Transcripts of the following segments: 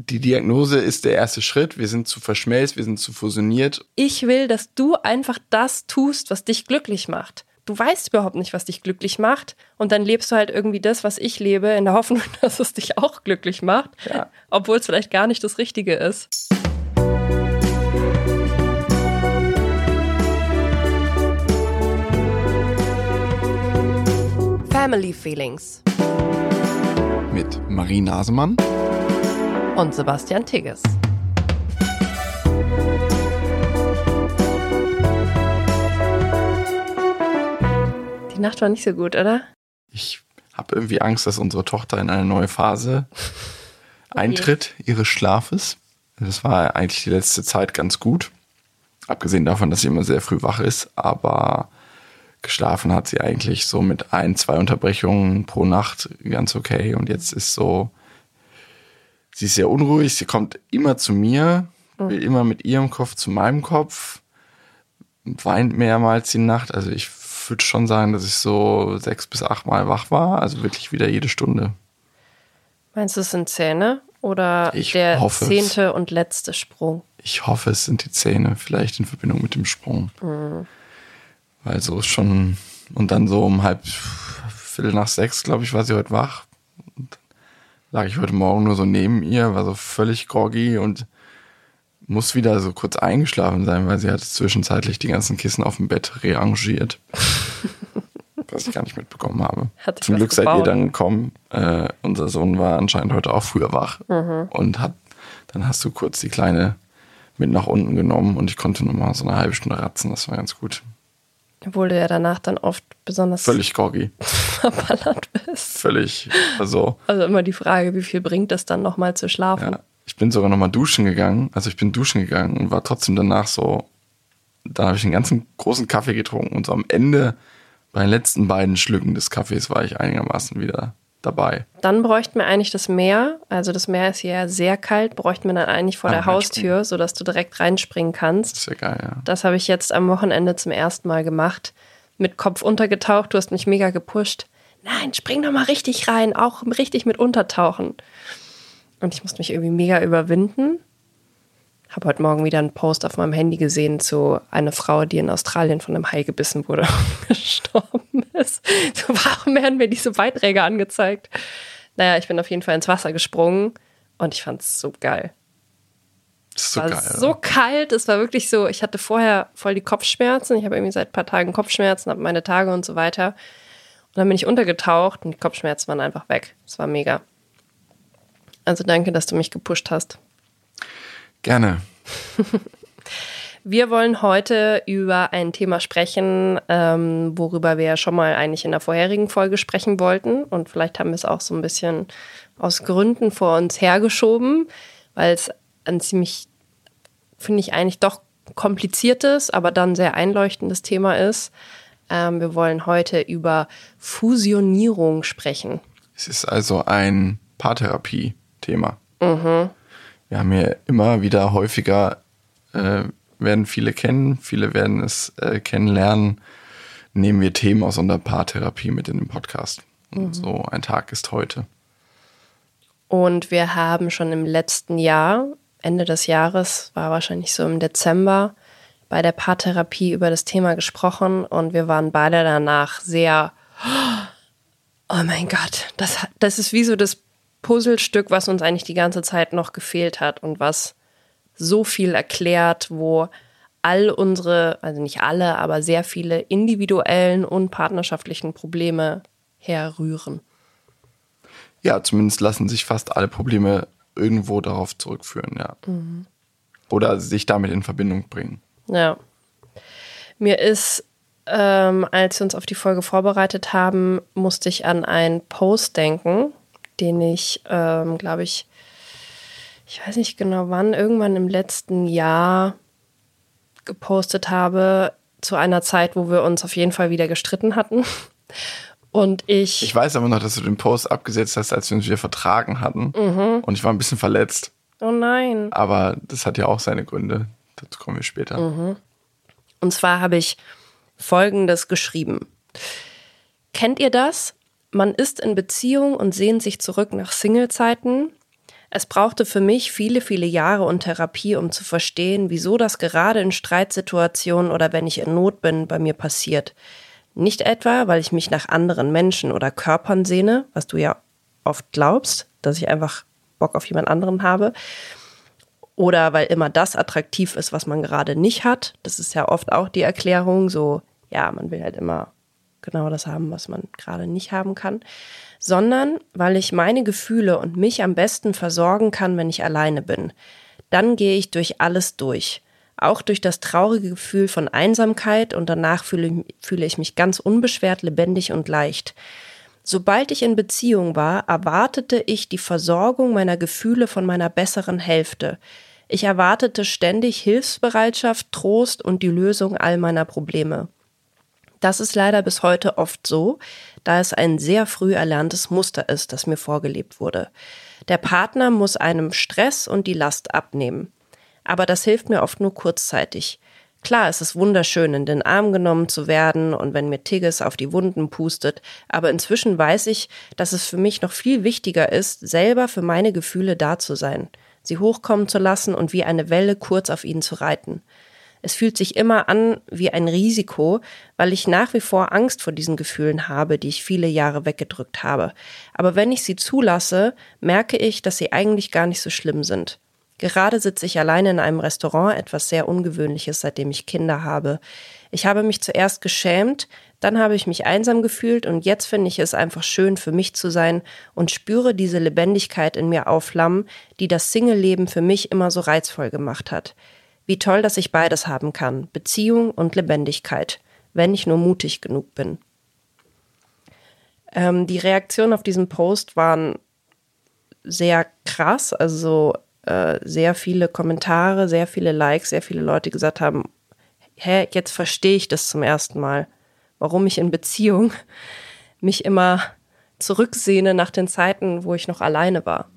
Die Diagnose ist der erste Schritt. Wir sind zu verschmelzt, wir sind zu fusioniert. Ich will, dass du einfach das tust, was dich glücklich macht. Du weißt überhaupt nicht, was dich glücklich macht. Und dann lebst du halt irgendwie das, was ich lebe, in der Hoffnung, dass es dich auch glücklich macht. Ja. Obwohl es vielleicht gar nicht das Richtige ist. Family Feelings. Mit Marie Nasemann Und Sebastian Tigges. Die Nacht war nicht so gut, oder? Ich habe irgendwie Angst, dass unsere Tochter in eine neue Phase eintritt, ihres Schlafes. Das war eigentlich die letzte Zeit ganz gut. Abgesehen davon, dass sie immer sehr früh wach ist. Aber geschlafen hat sie eigentlich so mit 1-2 Unterbrechungen pro Nacht ganz okay. Und jetzt ist so, sie ist sehr unruhig. Sie kommt immer zu mir, will immer mit ihrem Kopf zu meinem Kopf, weint mehrmals die Nacht. Also ich würde schon sagen, dass ich so 6 bis 8 Mal wach war. Also wirklich wieder jede Stunde. Meinst du, es sind Zähne oder der 10. und letzte Sprung? Ich hoffe, es sind die Zähne, vielleicht in Verbindung mit dem Sprung. Weil so ist schon, und dann so um 5:45, glaube ich, war sie heute wach. Und lag ich heute Morgen nur so neben ihr, war so völlig groggy und muss wieder so kurz eingeschlafen sein, weil sie hat zwischenzeitlich die ganzen Kissen auf dem Bett rearrangiert. Was ich gar nicht mitbekommen habe. Zum Glück seid ihr dann gekommen. Unser Sohn war anscheinend heute auch früher wach. Und dann hast du kurz die Kleine mit nach unten genommen und ich konnte nur mal so eine halbe Stunde ratzen. Das war ganz gut. Obwohl du ja danach dann oft besonders völlig groggy verballert bist. Völlig. Also immer die Frage, wie viel bringt es dann nochmal zu schlafen? Ja, ich bin sogar nochmal duschen gegangen. Also ich bin duschen gegangen und war trotzdem danach so, dann habe ich einen ganzen großen Kaffee getrunken und so am Ende bei den letzten beiden Schlücken des Kaffees war ich einigermaßen wieder dabei. Dann bräuchten wir eigentlich das Meer. Also das Meer ist hier ja sehr kalt. Bräuchten wir dann eigentlich vor der Haustür, sodass du direkt reinspringen kannst. Das ist ja geil, ja. Das habe ich jetzt am Wochenende zum ersten Mal gemacht. Mit Kopf untergetaucht. Du hast mich mega gepusht. Nein, spring doch mal richtig rein. Auch richtig mit untertauchen. Und ich musste mich irgendwie mega überwinden. Habe heute Morgen wieder einen Post auf meinem Handy gesehen zu einer Frau, die in Australien von einem Hai gebissen wurde und gestorben ist. So, warum werden mir diese Beiträge angezeigt? Naja, ich bin auf jeden Fall ins Wasser gesprungen und ich fand es so geil. Das ist so war geil. So kalt, es war wirklich so, ich hatte vorher voll die Kopfschmerzen. Ich habe irgendwie seit ein paar Tagen Kopfschmerzen, habe meine Tage und so weiter. Und dann bin ich untergetaucht und die Kopfschmerzen waren einfach weg. Es war mega. Also danke, dass du mich gepusht hast. Gerne. Wir wollen heute über ein Thema sprechen, worüber wir ja schon mal eigentlich in der vorherigen Folge sprechen wollten. Und vielleicht haben wir es auch so ein bisschen aus Gründen vor uns hergeschoben, weil es ein ziemlich, finde ich, eigentlich doch kompliziertes, aber dann sehr einleuchtendes Thema ist. Wir wollen heute über Fusionierung sprechen. Es ist also ein Paartherapie-Thema. Wir haben hier immer wieder häufiger, werden viele kennen, viele werden es kennenlernen, nehmen wir Themen aus unserer Paartherapie mit in den Podcast. Und so ein Tag ist heute. Und wir haben schon im letzten Jahr, Ende des Jahres, war wahrscheinlich so im Dezember, bei der Paartherapie über das Thema gesprochen und wir waren beide danach sehr, oh mein Gott, das ist wie so das Puzzlestück, was uns eigentlich die ganze Zeit noch gefehlt hat und was so viel erklärt, wo all unsere, also nicht alle, aber sehr viele individuellen und partnerschaftlichen Probleme herrühren. Ja, zumindest lassen sich fast alle Probleme irgendwo darauf zurückführen, ja. Oder sich damit in Verbindung bringen. Ja. Mir ist, als wir uns auf die Folge vorbereitet haben, musste ich an einen Post denken, den ich, glaube ich weiß nicht genau wann, irgendwann im letzten Jahr gepostet habe, zu einer Zeit, wo wir uns auf jeden Fall wieder gestritten hatten. Und ich weiß aber noch, dass du den Post abgesetzt hast, als wir uns wieder vertragen hatten. Und ich war ein bisschen verletzt. Oh nein. Aber das hat ja auch seine Gründe. Dazu kommen wir später. Und zwar habe ich Folgendes geschrieben. Kennt ihr das? Man ist in Beziehung und sehnt sich zurück nach Single-Zeiten. Es brauchte für mich viele, viele Jahre und Therapie, um zu verstehen, wieso das gerade in Streitsituationen oder wenn ich in Not bin, bei mir passiert. Nicht etwa, weil ich mich nach anderen Menschen oder Körpern sehne, was du ja oft glaubst, dass ich einfach Bock auf jemand anderen habe, oder weil immer das attraktiv ist, was man gerade nicht hat. Das ist ja oft auch die Erklärung, so, ja, man will halt immer genau das haben, was man gerade nicht haben kann, sondern weil ich meine Gefühle und mich am besten versorgen kann, wenn ich alleine bin. Dann gehe ich durch alles durch, auch durch das traurige Gefühl von Einsamkeit und danach fühle ich mich ganz unbeschwert, lebendig und leicht. Sobald ich in Beziehung war, erwartete ich die Versorgung meiner Gefühle von meiner besseren Hälfte. Ich erwartete ständig Hilfsbereitschaft, Trost und die Lösung all meiner Probleme. Das ist leider bis heute oft so, da es ein sehr früh erlerntes Muster ist, das mir vorgelebt wurde. Der Partner muss einem Stress und die Last abnehmen. Aber das hilft mir oft nur kurzzeitig. Klar, es ist wunderschön, in den Arm genommen zu werden und wenn mir Tigges auf die Wunden pustet, aber inzwischen weiß ich, dass es für mich noch viel wichtiger ist, selber für meine Gefühle da zu sein, sie hochkommen zu lassen und wie eine Welle kurz auf ihnen zu reiten. Es fühlt sich immer an wie ein Risiko, weil ich nach wie vor Angst vor diesen Gefühlen habe, die ich viele Jahre weggedrückt habe. Aber wenn ich sie zulasse, merke ich, dass sie eigentlich gar nicht so schlimm sind. Gerade sitze ich alleine in einem Restaurant, etwas sehr Ungewöhnliches, seitdem ich Kinder habe. Ich habe mich zuerst geschämt, dann habe ich mich einsam gefühlt und jetzt finde ich es einfach schön, für mich zu sein und spüre diese Lebendigkeit in mir aufflammen, die das Single-Leben für mich immer so reizvoll gemacht hat. Wie toll, dass ich beides haben kann, Beziehung und Lebendigkeit, wenn ich nur mutig genug bin. Die Reaktionen auf diesen Post waren sehr krass, also sehr viele Kommentare, sehr viele Likes, sehr viele Leute gesagt haben, hä, jetzt verstehe ich das zum ersten Mal, warum ich in Beziehung mich immer zurücksehne nach den Zeiten, wo ich noch alleine war.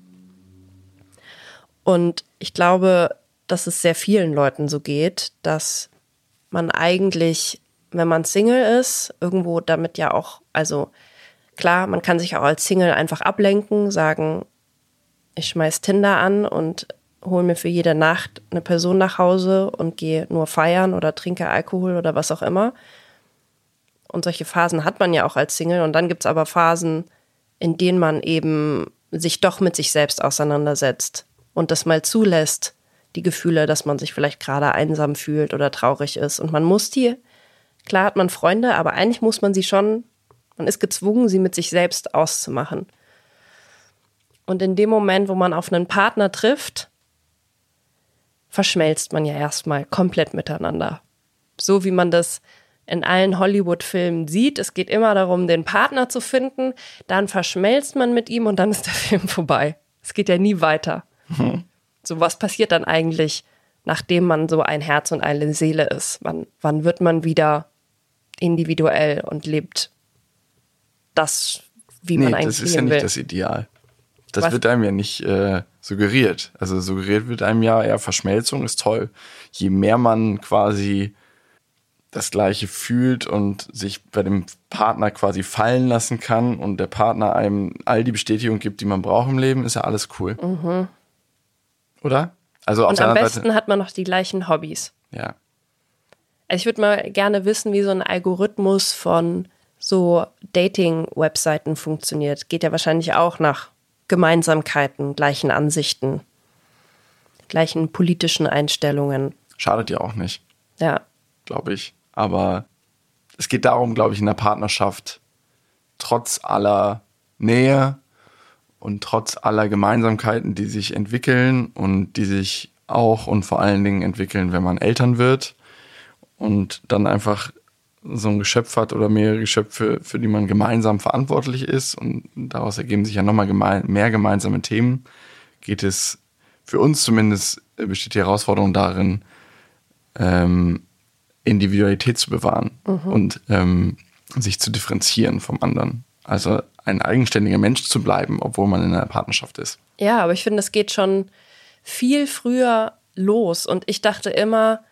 Und ich glaube, dass es sehr vielen Leuten so geht, dass man eigentlich, wenn man Single ist, irgendwo damit ja auch, also klar, man kann sich auch als Single einfach ablenken, sagen, ich schmeiß Tinder an und hole mir für jede Nacht eine Person nach Hause und gehe nur feiern oder trinke Alkohol oder was auch immer. Und solche Phasen hat man ja auch als Single. Und dann gibt's aber Phasen, in denen man eben sich doch mit sich selbst auseinandersetzt und das mal zulässt, die Gefühle, dass man sich vielleicht gerade einsam fühlt oder traurig ist. Und man muss die, klar hat man Freunde, aber eigentlich muss man sie schon, man ist gezwungen, sie mit sich selbst auszumachen. Und in dem Moment, wo man auf einen Partner trifft, verschmelzt man ja erstmal komplett miteinander. So wie man das in allen Hollywood-Filmen sieht. Es geht immer darum, den Partner zu finden, dann verschmelzt man mit ihm und dann ist der Film vorbei. Es geht ja nie weiter. So, was passiert dann eigentlich, nachdem man so ein Herz und eine Seele ist? Wann wird man wieder individuell und lebt das, wie man eigentlich leben will? Das ist ja nicht will? das Ideal. Das wird einem ja nicht suggeriert. Also suggeriert wird einem ja, Verschmelzung ist toll. Je mehr man quasi das Gleiche fühlt und sich bei dem Partner quasi fallen lassen kann und der Partner einem all die Bestätigung gibt, die man braucht im Leben, ist ja alles cool. Mhm. Oder? Also auf und am besten hat man noch die gleichen Hobbys. Ja. Also ich würde mal gerne wissen, wie so ein Algorithmus von so Dating-Webseiten funktioniert. Geht ja wahrscheinlich auch nach Gemeinsamkeiten, gleichen Ansichten, gleichen politischen Einstellungen. Schadet ja auch nicht. Ja. Glaube ich. Aber es geht darum, glaube ich, in der Partnerschaft trotz aller Nähe und trotz aller Gemeinsamkeiten, die sich entwickeln und die sich auch und vor allen Dingen entwickeln, wenn man Eltern wird und dann einfach so ein Geschöpf hat oder mehrere Geschöpfe, für die man gemeinsam verantwortlich ist und daraus ergeben sich ja nochmal mehr gemeinsame Themen, geht es für uns zumindest, besteht die Herausforderung darin, Individualität zu bewahren und sich zu differenzieren vom anderen. Also ein eigenständiger Mensch zu bleiben, obwohl man in einer Partnerschaft ist. Ja, aber ich finde, es geht schon viel früher los. Und ich dachte immer,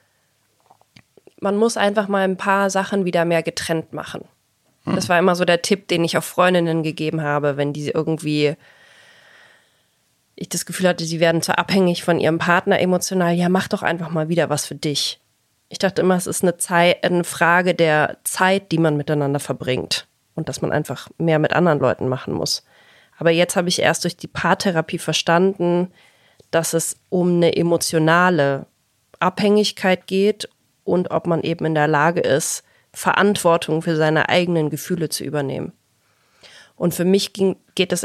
man muss einfach mal ein paar Sachen wieder mehr getrennt machen. Das war immer so der Tipp, den ich auch Freundinnen gegeben habe, wenn die irgendwie ich das Gefühl hatte, sie werden zu abhängig von ihrem Partner emotional. Ja, mach doch einfach mal wieder was für dich. Ich dachte immer, es ist eine Frage der Zeit, die man miteinander verbringt und dass man einfach mehr mit anderen Leuten machen muss. Aber jetzt habe ich erst durch die Paartherapie verstanden, dass es um eine emotionale Abhängigkeit geht und ob man eben in der Lage ist, Verantwortung für seine eigenen Gefühle zu übernehmen. Und für mich ging das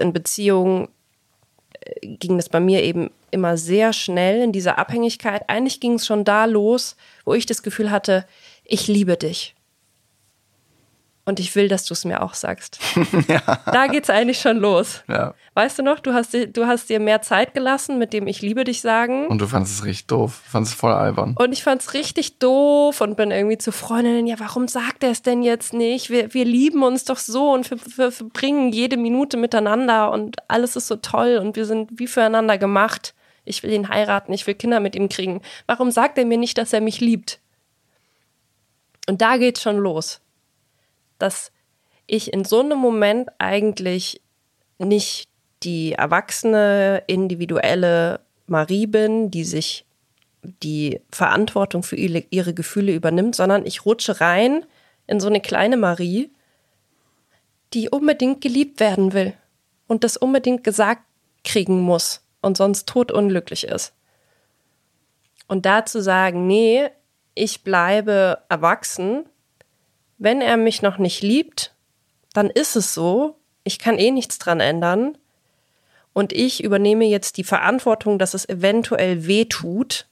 bei mir eben immer sehr schnell in dieser Abhängigkeit. Eigentlich ging es schon da los, wo ich das Gefühl hatte, ich liebe dich. Und ich will, dass du es mir auch sagst. Ja. Da geht's eigentlich schon los. Ja. Weißt du noch, du hast dir mehr Zeit gelassen mit dem Ich liebe dich sagen. Und du fandest es richtig doof. Du fandest es voll albern. Und ich fand es richtig doof und bin irgendwie zu Freundinnen, ja, warum sagt er es denn jetzt nicht? Wir lieben uns doch so und wir verbringen jede Minute miteinander und alles ist so toll und wir sind wie füreinander gemacht. Ich will ihn heiraten, ich will Kinder mit ihm kriegen. Warum sagt er mir nicht, dass er mich liebt? Und da geht's schon los. Dass ich in so einem Moment eigentlich nicht die erwachsene, individuelle Marie bin, die sich die Verantwortung für ihre Gefühle übernimmt, sondern ich rutsche rein in so eine kleine Marie, die unbedingt geliebt werden will und das unbedingt gesagt kriegen muss und sonst todunglücklich ist. Und da zu sagen, nee, ich bleibe erwachsen. Wenn er mich noch nicht liebt, dann ist es so. Ich kann nichts dran ändern. Und ich übernehme jetzt die Verantwortung, dass es eventuell weh tut,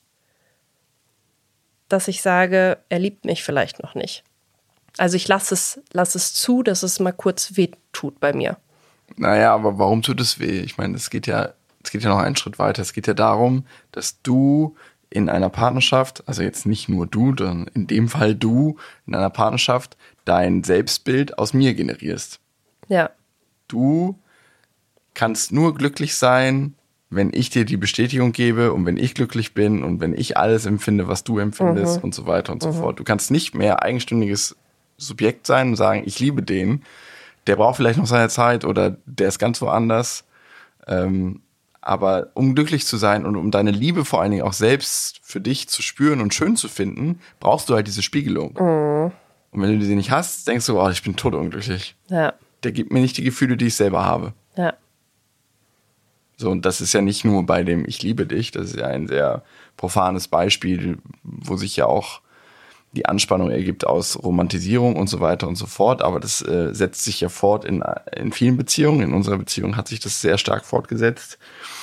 dass ich sage, er liebt mich vielleicht noch nicht. Also ich lasse es zu, dass es mal kurz weh tut bei mir. Naja, aber warum tut es weh? Ich meine, es geht ja noch einen Schritt weiter. Es geht ja darum, dass du in einer Partnerschaft, also jetzt nicht nur du, sondern in dem Fall du in einer Partnerschaft dein Selbstbild aus mir generierst. Ja. Du kannst nur glücklich sein, wenn ich dir die Bestätigung gebe und wenn ich glücklich bin und wenn ich alles empfinde, was du empfindest und so weiter und so fort. Du kannst nicht mehr eigenständiges Subjekt sein und sagen, ich liebe den, der braucht vielleicht noch seine Zeit oder der ist ganz woanders. Aber um glücklich zu sein und um deine Liebe vor allen Dingen auch selbst für dich zu spüren und schön zu finden, brauchst du halt diese Spiegelung. Und wenn du sie nicht hast, denkst du, oh, ich bin todunglücklich. Ja. Der gibt mir nicht die Gefühle, die ich selber habe. Ja. So, und das ist ja nicht nur bei dem Ich liebe dich, das ist ja ein sehr profanes Beispiel, wo sich ja auch die Anspannung ergibt aus Romantisierung und so weiter und so fort. Aber das setzt sich ja fort in vielen Beziehungen. In unserer Beziehung hat sich das sehr stark fortgesetzt.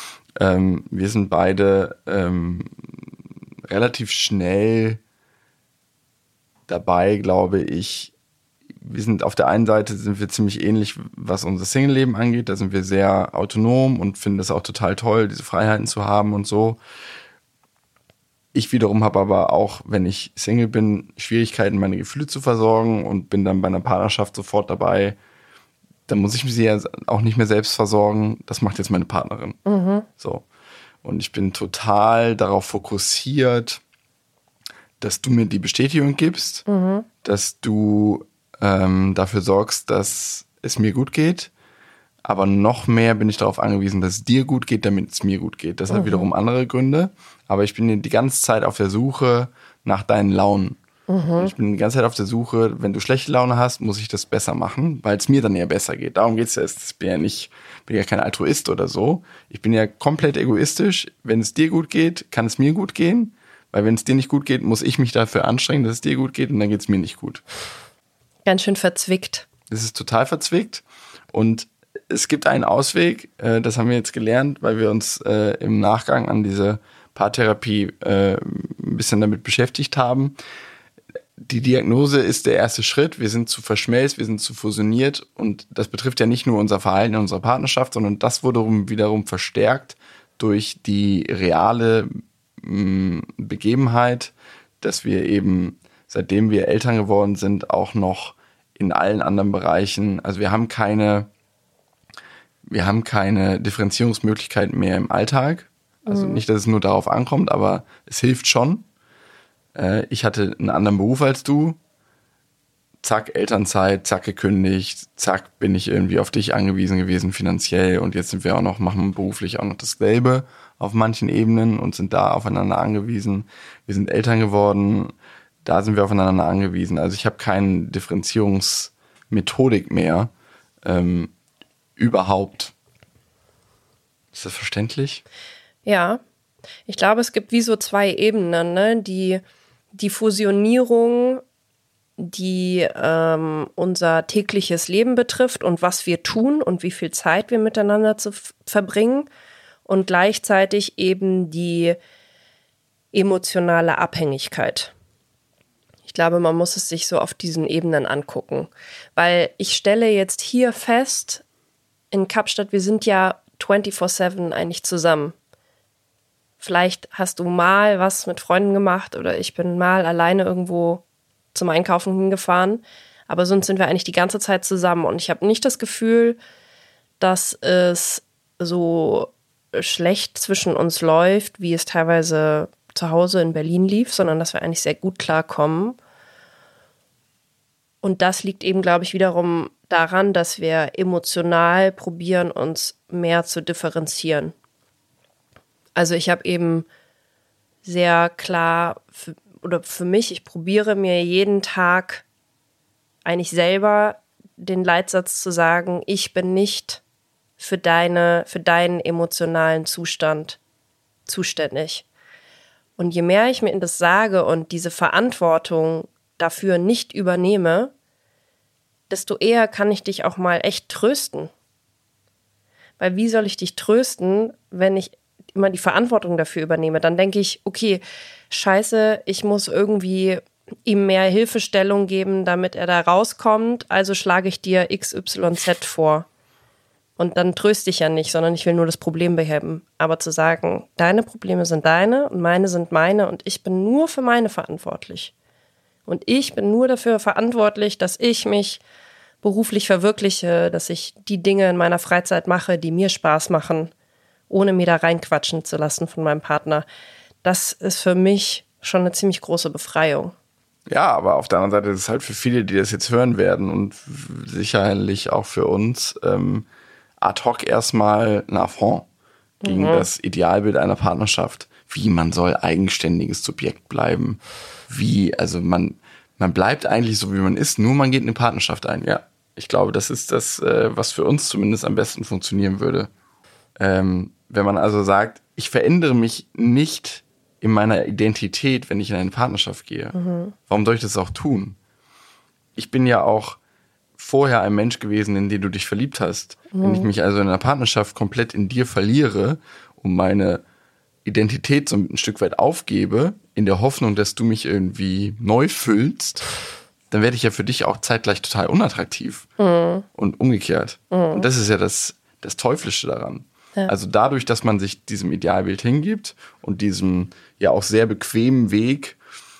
Wir sind beide relativ schnell dabei, glaube ich. Wir sind auf der einen Seite sind wir ziemlich ähnlich, was unser Single-Leben angeht. Da sind wir sehr autonom und finden es auch total toll, diese Freiheiten zu haben und so. Ich wiederum habe aber auch, wenn ich Single bin, Schwierigkeiten, meine Gefühle zu versorgen und bin dann bei einer Partnerschaft sofort dabei. Dann muss ich sie ja auch nicht mehr selbst versorgen. Das macht jetzt meine Partnerin. So. Und ich bin total darauf fokussiert, dass du mir die Bestätigung gibst, dass du dafür sorgst, dass es mir gut geht. Aber noch mehr bin ich darauf angewiesen, dass es dir gut geht, damit es mir gut geht. Das hat wiederum andere Gründe. Aber ich bin die ganze Zeit auf der Suche nach deinen Launen. Ich bin die ganze Zeit auf der Suche, wenn du schlechte Laune hast, muss ich das besser machen, weil es mir dann ja besser geht. Darum geht es ja. Ich bin ja kein Altruist oder so. Ich bin ja komplett egoistisch. Wenn es dir gut geht, kann es mir gut gehen. Weil wenn es dir nicht gut geht, muss ich mich dafür anstrengen, dass es dir gut geht und dann geht es mir nicht gut. Ganz schön verzwickt. Das ist total verzwickt. Und es gibt einen Ausweg, das haben wir jetzt gelernt, weil wir uns im Nachgang an diese Paartherapie ein bisschen damit beschäftigt haben. Die Diagnose ist der erste Schritt. Wir sind zu verschmelzt, wir sind zu fusioniert und das betrifft ja nicht nur unser Verhalten in unserer Partnerschaft, sondern das wurde wiederum verstärkt durch die reale Begebenheit, dass wir eben, seitdem wir Eltern geworden sind, auch noch in allen anderen Bereichen, also wir haben keine Differenzierungsmöglichkeit mehr im Alltag. Also nicht, dass es nur darauf ankommt, aber es hilft schon. Ich hatte einen anderen Beruf als du. zack, Elternzeit, zack, gekündigt, zack, bin ich irgendwie auf dich angewiesen gewesen finanziell und jetzt sind wir auch noch, machen beruflich auch noch dasselbe auf manchen Ebenen und sind da aufeinander angewiesen. Wir sind Eltern geworden, da sind wir aufeinander angewiesen. Also ich habe keine Differenzierungsmethodik mehr überhaupt. Ist das verständlich? Ja, ich glaube, es gibt wie so zwei Ebenen, ne? Die Fusionierung, die unser tägliches Leben betrifft und was wir tun und wie viel Zeit wir miteinander verbringen und gleichzeitig eben die emotionale Abhängigkeit. Ich glaube, man muss es sich so auf diesen Ebenen angucken, weil ich stelle jetzt hier fest, in Kapstadt, wir sind ja 24/7 eigentlich zusammen. Vielleicht hast du mal was mit Freunden gemacht oder ich bin mal alleine irgendwo zum Einkaufen hingefahren, aber sonst sind wir eigentlich die ganze Zeit zusammen und ich habe nicht das Gefühl, dass es so schlecht zwischen uns läuft, wie es teilweise zu Hause in Berlin lief, sondern dass wir eigentlich sehr gut klarkommen. Und das liegt eben, glaube ich, wiederum daran, dass wir emotional probieren, uns mehr zu differenzieren. Also ich habe eben sehr klar, für mich, ich probiere mir jeden Tag eigentlich selber den Leitsatz zu sagen, ich bin nicht für deinen emotionalen Zustand zuständig. Und je mehr ich mir das sage und diese Verantwortung dafür nicht übernehme, desto eher kann ich dich auch mal echt trösten. Weil wie soll ich dich trösten, wenn ich immer die Verantwortung dafür übernehme? Dann denke ich, okay, scheiße, ich muss irgendwie ihm mehr Hilfestellung geben, damit er da rauskommt, also schlage ich dir XYZ vor. Und dann tröste ich ja nicht, sondern ich will nur das Problem beheben. Aber zu sagen, deine Probleme sind deine und meine sind meine und ich bin nur für meine verantwortlich. Und ich bin nur dafür verantwortlich, dass ich mich beruflich verwirkliche, dass ich die Dinge in meiner Freizeit mache, die mir Spaß machen, ohne mir da reinquatschen zu lassen von meinem Partner. Das ist für mich schon eine ziemlich große Befreiung. Ja, aber auf der anderen Seite ist es halt für viele, die das jetzt hören werden und sicherlich auch für uns ad hoc erstmal ein Affront gegen das Idealbild einer Partnerschaft. Wie, man soll eigenständiges Subjekt bleiben. Wie, also man bleibt eigentlich so, wie man ist, nur man geht in eine Partnerschaft ein. Ja, ich glaube, das ist das, was für uns zumindest am besten funktionieren würde. Wenn man also sagt, ich verändere mich nicht in meiner Identität, wenn ich in eine Partnerschaft gehe. Warum soll ich das auch tun? Ich bin ja auch vorher ein Mensch gewesen, in den du dich verliebt hast. Wenn ich mich also in einer Partnerschaft komplett in dir verliere und meine Identität so ein Stück weit aufgebe, in der Hoffnung, dass du mich irgendwie neu füllst, dann werde ich ja für dich auch zeitgleich total unattraktiv. Und umgekehrt. Und das ist ja das Teuflische daran. Ja. Also dadurch, dass man sich diesem Idealbild hingibt und diesem ja auch sehr bequemen Weg,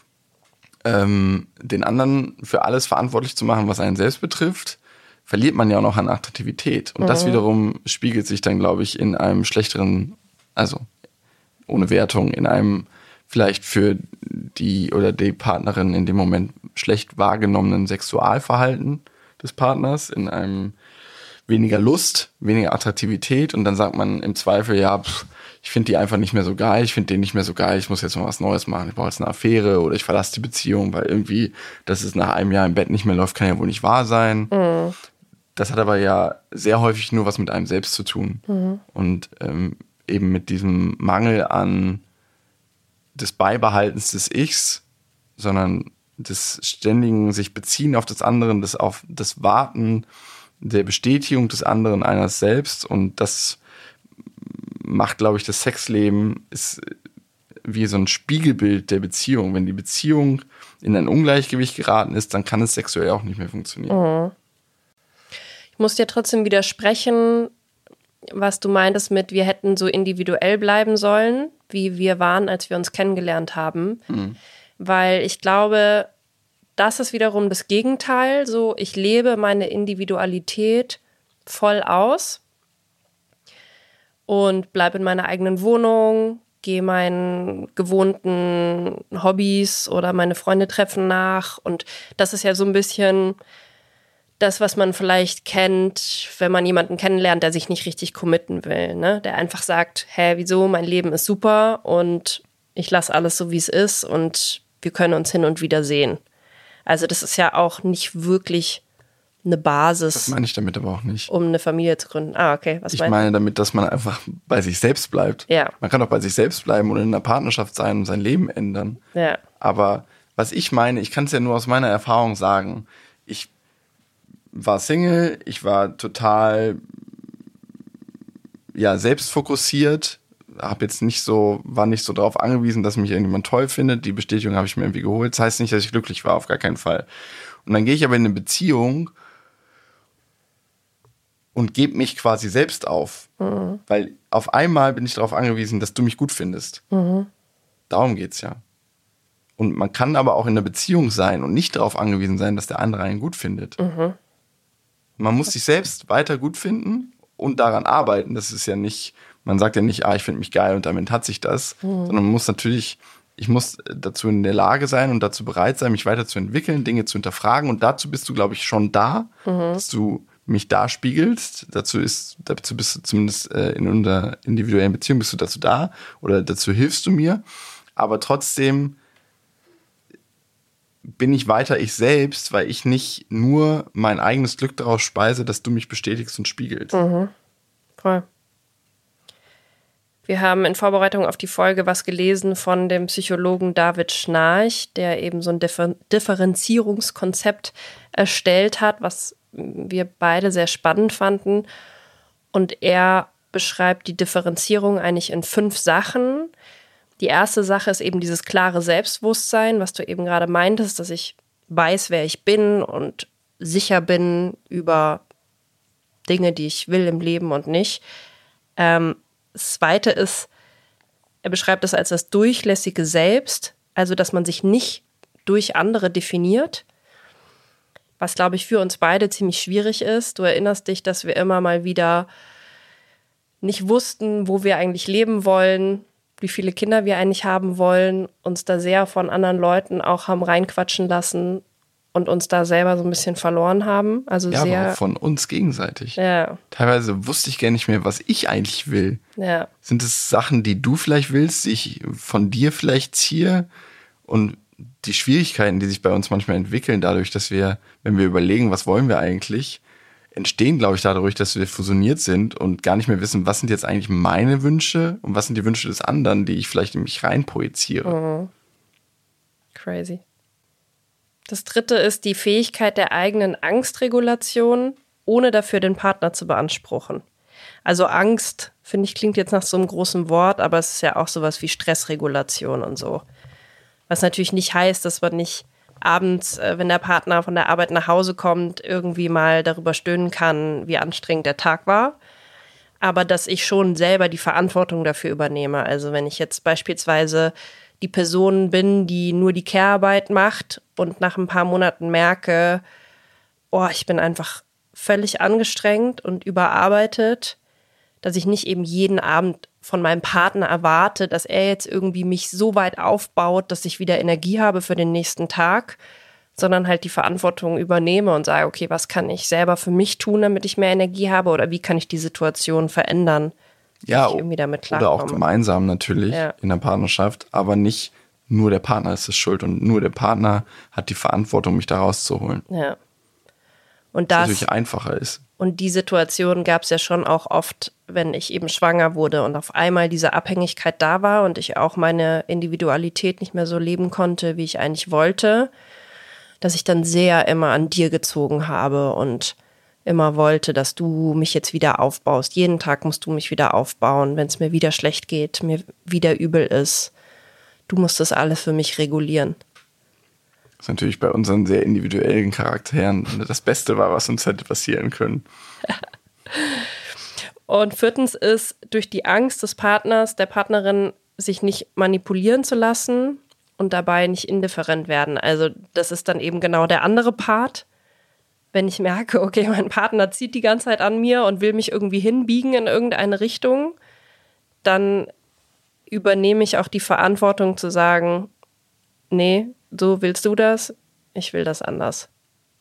den anderen für alles verantwortlich zu machen, was einen selbst betrifft, verliert man ja auch noch an Attraktivität. Und das wiederum spiegelt sich dann, glaube ich, in einem schlechteren, also ohne Wertung, in einem vielleicht für die oder die Partnerin in dem Moment schlecht wahrgenommenen Sexualverhalten des Partners, in einem weniger Lust, weniger Attraktivität und dann sagt man im Zweifel, ja, ich finde die einfach nicht mehr so geil, ich finde den nicht mehr so geil, ich muss jetzt mal was Neues machen, ich brauche jetzt eine Affäre oder ich verlasse die Beziehung, weil irgendwie, dass es nach einem Jahr im Bett nicht mehr läuft, kann ja wohl nicht wahr sein. Das hat aber ja sehr häufig nur was mit einem selbst zu tun und eben mit diesem Mangel an des Beibehaltens des Ichs, sondern des ständigen sich beziehen auf das andere, auf das Warten der Bestätigung des anderen eines selbst und das macht, glaube ich, das Sexleben ist wie so ein Spiegelbild der Beziehung. Wenn die Beziehung in ein Ungleichgewicht geraten ist, dann kann es sexuell auch nicht mehr funktionieren. Ich muss dir trotzdem widersprechen, was du meintest mit, wir hätten so individuell bleiben sollen, wie wir waren, als wir uns kennengelernt haben. Weil ich glaube, das ist wiederum das Gegenteil. So, ich lebe meine Individualität voll aus und bleibe in meiner eigenen Wohnung, gehe meinen gewohnten Hobbys oder meine Freunde treffen nach. Und das ist ja so ein bisschen das, was man vielleicht kennt, wenn man jemanden kennenlernt, der sich nicht richtig committen will, ne? Der einfach sagt, hä, wieso, mein Leben ist super und ich lasse alles so, wie es ist und wir können uns hin und wieder sehen. Also das ist ja auch nicht wirklich eine Basis. Das meine ich damit aber auch nicht. Um eine Familie zu gründen. Ah, okay. Ich meine damit, dass man einfach bei sich selbst bleibt. Ja. Man kann auch bei sich selbst bleiben oder in einer Partnerschaft sein und sein Leben ändern. Ja. Aber was ich meine, ich kann es ja nur aus meiner Erfahrung sagen, ich war Single, ich war total selbstfokussiert, war nicht so darauf angewiesen, dass mich irgendjemand toll findet. Die Bestätigung habe ich mir irgendwie geholt. Das heißt nicht, dass ich glücklich war, auf gar keinen Fall. Und dann gehe ich aber in eine Beziehung und gebe mich quasi selbst auf. Mhm. Weil auf einmal bin ich darauf angewiesen, dass du mich gut findest. Mhm. Darum geht's ja. Und man kann aber auch in einer Beziehung sein und nicht darauf angewiesen sein, dass der andere einen gut findet. Mhm. Man muss sich selbst weiter gut finden und daran arbeiten. Das ist ja nicht, man sagt ja nicht, ich finde mich geil und damit hat sich das. Mhm. Sondern man muss natürlich, ich muss dazu in der Lage sein und dazu bereit sein, mich weiterzuentwickeln, Dinge zu hinterfragen. Und dazu bist du, glaube ich, schon da, dass du mich da spiegelst. Dazu bist du zumindest in unserer individuellen Beziehung bist du dazu da oder dazu hilfst du mir. Aber trotzdem bin ich weiter ich selbst, weil ich nicht nur mein eigenes Glück daraus speise, dass du mich bestätigst und spiegelst. Mhm. Voll. Wir haben in Vorbereitung auf die Folge was gelesen von dem Psychologen David Schnarch, der eben so ein Differenzierungskonzept erstellt hat, was wir beide sehr spannend fanden. Und er beschreibt die Differenzierung eigentlich in 5 Sachen. Die erste Sache ist eben dieses klare Selbstbewusstsein, was du eben gerade meintest, dass ich weiß, wer ich bin und sicher bin über Dinge, die ich will im Leben und nicht. Das Zweite ist, er beschreibt es als das durchlässige Selbst, also dass man sich nicht durch andere definiert, was, glaube ich, für uns beide ziemlich schwierig ist. Du erinnerst dich, dass wir immer mal wieder nicht wussten, wo wir eigentlich leben wollen, wie viele Kinder wir eigentlich haben wollen, uns da sehr von anderen Leuten auch haben reinquatschen lassen und uns da selber so ein bisschen verloren haben. Also ja, sehr, aber auch von uns gegenseitig. Ja. Teilweise wusste ich gar nicht mehr, was ich eigentlich will. Ja. Sind es Sachen, die du vielleicht willst, die ich von dir vielleicht ziehe? Und die Schwierigkeiten, die sich bei uns manchmal entwickeln, dadurch, dass wir, wenn wir überlegen, was wollen wir eigentlich, entstehen, glaube ich, dadurch, dass wir fusioniert sind und gar nicht mehr wissen, was sind jetzt eigentlich meine Wünsche und was sind die Wünsche des anderen, die ich vielleicht in mich reinprojiziere. Mhm. Crazy. Das Dritte ist die Fähigkeit der eigenen Angstregulation, ohne dafür den Partner zu beanspruchen. Also Angst, finde ich, klingt jetzt nach so einem großen Wort, aber es ist ja auch sowas wie Stressregulation und so. Was natürlich nicht heißt, dass man nicht abends, wenn der Partner von der Arbeit nach Hause kommt, irgendwie mal darüber stöhnen kann, wie anstrengend der Tag war. Aber dass ich schon selber die Verantwortung dafür übernehme. Also wenn ich jetzt beispielsweise die Person bin, die nur die Care-Arbeit macht und nach ein paar Monaten merke, ich bin einfach völlig angestrengt und überarbeitet, dass ich nicht eben jeden Abend von meinem Partner erwarte, dass er jetzt irgendwie mich so weit aufbaut, dass ich wieder Energie habe für den nächsten Tag, sondern halt die Verantwortung übernehme und sage, okay, was kann ich selber für mich tun, damit ich mehr Energie habe oder wie kann ich die Situation verändern, dass ich irgendwie damit klarkomme. Oder auch gemeinsam natürlich in der Partnerschaft, aber nicht nur der Partner ist es schuld und nur der Partner hat die Verantwortung, mich da rauszuholen. Ja. Und das natürlich einfacher ist. Und die Situation gab es ja schon auch oft, wenn ich eben schwanger wurde und auf einmal diese Abhängigkeit da war und ich auch meine Individualität nicht mehr so leben konnte, wie ich eigentlich wollte, dass ich dann sehr immer an dir gezogen habe und immer wollte, dass du mich jetzt wieder aufbaust. Jeden Tag musst du mich wieder aufbauen, wenn es mir wieder schlecht geht, mir wieder übel ist. Du musst das alles für mich regulieren. Das ist natürlich bei unseren sehr individuellen Charakteren das Beste war, was uns hätte passieren können. Und 4. ist, durch die Angst des Partners, der Partnerin, sich nicht manipulieren zu lassen und dabei nicht indifferent werden. Also das ist dann eben genau der andere Part. Wenn ich merke, okay, mein Partner zieht die ganze Zeit an mir und will mich irgendwie hinbiegen in irgendeine Richtung, dann übernehme ich auch die Verantwortung zu sagen, nee, so willst du das, ich will das anders.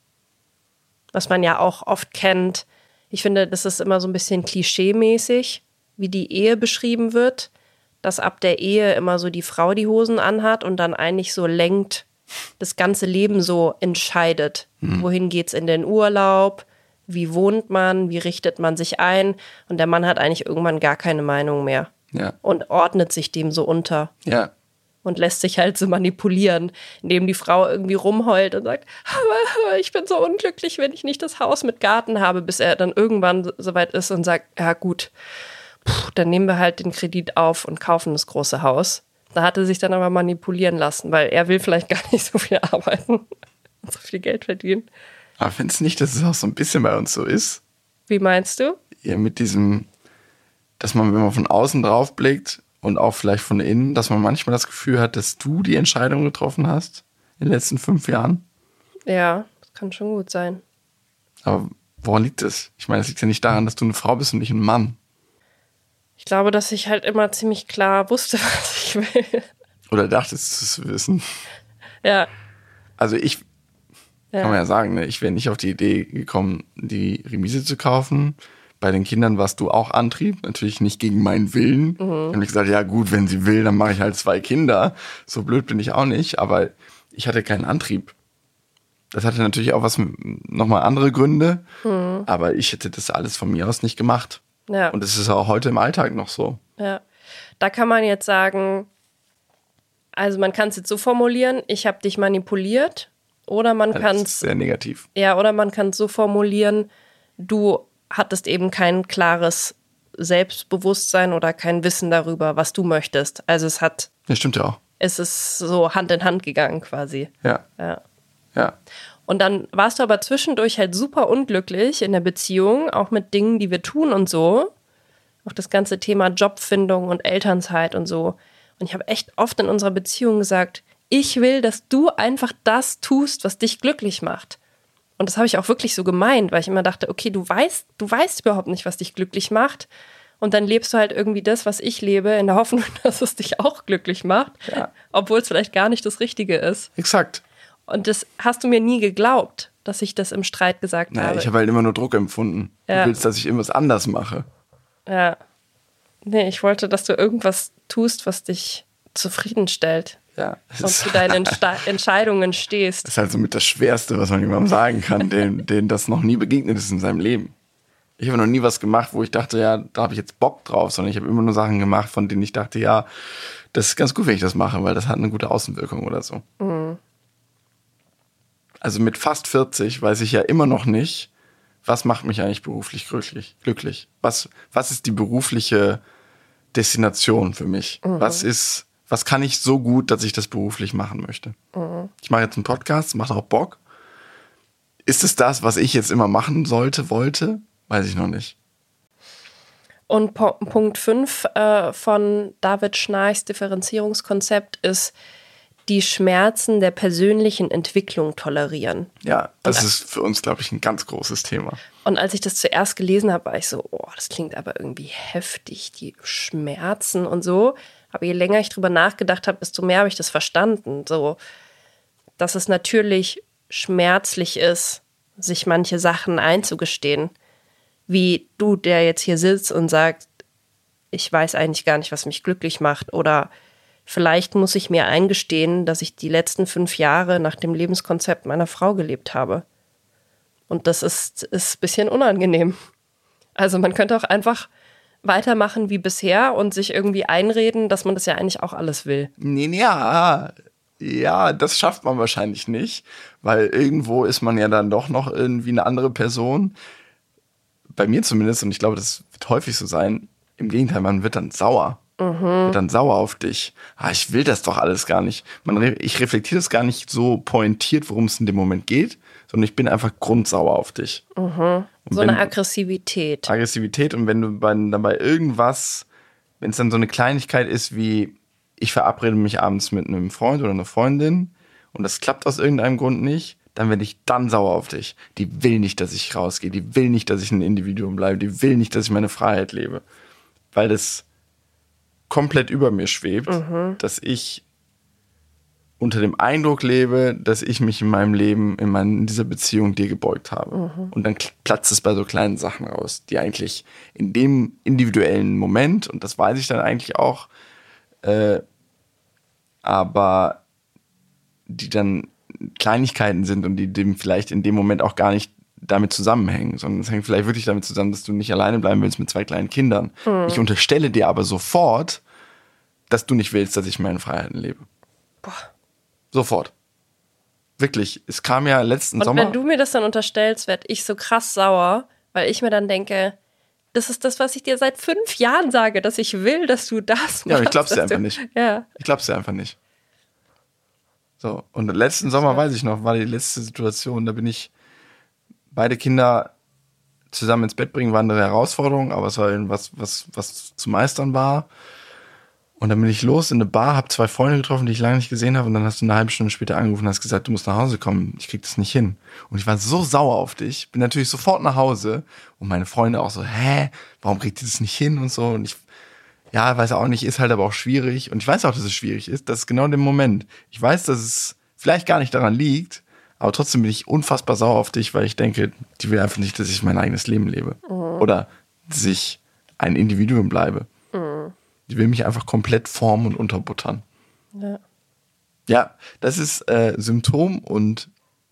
Was man ja auch oft kennt. Ich finde, das ist immer so ein bisschen klischee-mäßig, wie die Ehe beschrieben wird, dass ab der Ehe immer so die Frau die Hosen anhat und dann eigentlich so lenkt, das ganze Leben so entscheidet. Wohin geht's in den Urlaub? Wie wohnt man? Wie richtet man sich ein? Und der Mann hat eigentlich irgendwann gar keine Meinung mehr. Ja. Und ordnet sich dem so unter. Ja. Und lässt sich halt so manipulieren, indem die Frau irgendwie rumheult und sagt, aber ich bin so unglücklich, wenn ich nicht das Haus mit Garten habe, bis er dann irgendwann soweit ist und sagt, ja gut, dann nehmen wir halt den Kredit auf und kaufen das große Haus. Da hat er sich dann aber manipulieren lassen, weil er will vielleicht gar nicht so viel arbeiten und so viel Geld verdienen. Aber findest du nicht, dass es auch so ein bisschen bei uns so ist? Wie meinst du? Ja, mit diesem, dass man, wenn man von außen drauf blickt und auch vielleicht von innen, dass man manchmal das Gefühl hat, dass du die Entscheidung getroffen hast in den letzten 5 Jahren? Ja, das kann schon gut sein. Aber woran liegt das? Ich meine, es liegt ja nicht daran, dass du eine Frau bist und nicht ein Mann. Ich glaube, dass ich halt immer ziemlich klar wusste, was ich will. Oder dachtest es zu wissen. Ja. Also kann man ja sagen, ne? Ich wäre nicht auf die Idee gekommen, die Remise zu kaufen. Bei den Kindern warst du auch Antrieb, natürlich nicht gegen meinen Willen. Ich habe nicht gesagt, ja gut, wenn sie will, dann mache ich halt 2 Kinder. So blöd bin ich auch nicht, aber ich hatte keinen Antrieb. Das hatte natürlich auch nochmal andere Gründe, aber ich hätte das alles von mir aus nicht gemacht. Ja. Und es ist auch heute im Alltag noch so. Ja. Da kann man jetzt sagen, also man kann es jetzt so formulieren, ich habe dich manipuliert, oder man kann es sehr negativ. Ja, oder man kann es so formulieren, du hattest eben kein klares Selbstbewusstsein oder kein Wissen darüber, was du möchtest. Also Ja, stimmt ja auch. Es ist so Hand in Hand gegangen quasi. Ja. Und dann warst du aber zwischendurch halt super unglücklich in der Beziehung, auch mit Dingen, die wir tun und so. Auch das ganze Thema Jobfindung und Elternzeit und so. Und ich habe echt oft in unserer Beziehung gesagt, ich will, dass du einfach das tust, was dich glücklich macht. Und das habe ich auch wirklich so gemeint, weil ich immer dachte, okay, du weißt überhaupt nicht, was dich glücklich macht. Und dann lebst du halt irgendwie das, was ich lebe, in der Hoffnung, dass es dich auch glücklich macht. Ja. Obwohl es vielleicht gar nicht das Richtige ist. Exakt. Und das hast du mir nie geglaubt, dass ich das im Streit gesagt habe. Ich habe halt immer nur Druck empfunden. Ja. Du willst, dass ich irgendwas anders mache. Ja. Nee, ich wollte, dass du irgendwas tust, was dich zufriedenstellt. Ja. Und zu deinen Entscheidungen stehst. Das ist halt so mit das Schwerste, was man jemandem sagen kann, dem das noch nie begegnet ist in seinem Leben. Ich habe noch nie was gemacht, wo ich dachte, ja, da habe ich jetzt Bock drauf, sondern ich habe immer nur Sachen gemacht, von denen ich dachte, ja, das ist ganz gut, wenn ich das mache, weil das hat eine gute Außenwirkung oder so. Mhm. Also mit fast 40 weiß ich ja immer noch nicht, was macht mich eigentlich beruflich glücklich? Was ist die berufliche Destination für mich? Mhm. Was kann ich so gut, dass ich das beruflich machen möchte? Mhm. Ich mache jetzt einen Podcast, macht auch Bock. Ist es das, was ich jetzt immer machen wollte? Weiß ich noch nicht. Und Punkt 5 von David Schnarchs Differenzierungskonzept ist, die Schmerzen der persönlichen Entwicklung tolerieren. Ja, das ist für uns, glaube ich, ein ganz großes Thema. Und als ich das zuerst gelesen habe, war ich so, das klingt aber irgendwie heftig, die Schmerzen und so. Aber je länger ich drüber nachgedacht habe, desto mehr habe ich das verstanden. So, dass es natürlich schmerzlich ist, sich manche Sachen einzugestehen. Wie du, der jetzt hier sitzt und sagt, ich weiß eigentlich gar nicht, was mich glücklich macht. Oder vielleicht muss ich mir eingestehen, dass ich die letzten 5 Jahre nach dem Lebenskonzept meiner Frau gelebt habe. Und das ist ein bisschen unangenehm. Also man könnte auch einfach weitermachen wie bisher und sich irgendwie einreden, dass man das ja eigentlich auch alles will. Ja, das schafft man wahrscheinlich nicht, weil irgendwo ist man ja dann doch noch irgendwie eine andere Person. Bei mir zumindest, und ich glaube, das wird häufig so sein, im Gegenteil, man wird dann sauer. Wird dann sauer auf dich. Ich will das doch alles gar nicht. Ich reflektiere das gar nicht so pointiert, worum es in dem Moment geht, sondern ich bin einfach grundsauer auf dich. So eine Aggressivität. Und wenn du dann bei irgendwas, wenn es dann so eine Kleinigkeit ist wie, ich verabrede mich abends mit einem Freund oder einer Freundin und das klappt aus irgendeinem Grund nicht, dann werde ich dann sauer auf dich. Die will nicht, dass ich rausgehe. Die will nicht, dass ich ein Individuum bleibe. Die will nicht, dass ich meine Freiheit lebe. Weil das komplett über mir schwebt, dass ich unter dem Eindruck lebe, dass ich mich in meinem Leben, in dieser Beziehung dir gebeugt habe. Und dann platzt es bei so kleinen Sachen raus, die eigentlich in dem individuellen Moment, und das weiß ich dann eigentlich auch, aber die dann Kleinigkeiten sind und die dem vielleicht in dem Moment auch gar nicht damit zusammenhängen, sondern es hängt vielleicht wirklich damit zusammen, dass du nicht alleine bleiben willst mit 2 kleinen Kindern. Ich unterstelle dir aber sofort, dass du nicht willst, dass ich meine Freiheiten lebe. Boah. Sofort. Wirklich. Es kam ja letzten Und Sommer. wenn du mir das dann unterstellst, werde ich so krass sauer, weil ich mir dann denke, das ist das, was ich dir seit 5 Jahren sage, dass ich will, dass du das machst. Ja, aber ich glaub's dir einfach nicht. Ja. Ich glaub's dir einfach nicht. So, und letzten Sommer, weiß ich noch, war die letzte Situation, da bin ich beide Kinder zusammen ins Bett bringen, war eine Herausforderung, aber es war irgendwas, was zu meistern war. Und dann bin ich los in eine Bar, habe 2 Freunde getroffen, die ich lange nicht gesehen habe, und dann hast du eine halbe Stunde später angerufen und hast gesagt, du musst nach Hause kommen, ich krieg das nicht hin. Und ich war so sauer auf dich, bin natürlich sofort nach Hause und meine Freunde auch so, warum kriegt ihr das nicht hin und so, und ich, ja, weiß auch nicht, ist halt aber auch schwierig, und ich weiß auch, dass es schwierig ist, das ist genau der Moment. Ich weiß, dass es vielleicht gar nicht daran liegt, aber trotzdem bin ich unfassbar sauer auf dich, weil ich denke, die will einfach nicht, dass ich mein eigenes Leben lebe. Oder dass ich ein Individuum bleibe. Die will mich einfach komplett formen und unterbuttern. Ja. Ja, das ist Symptom und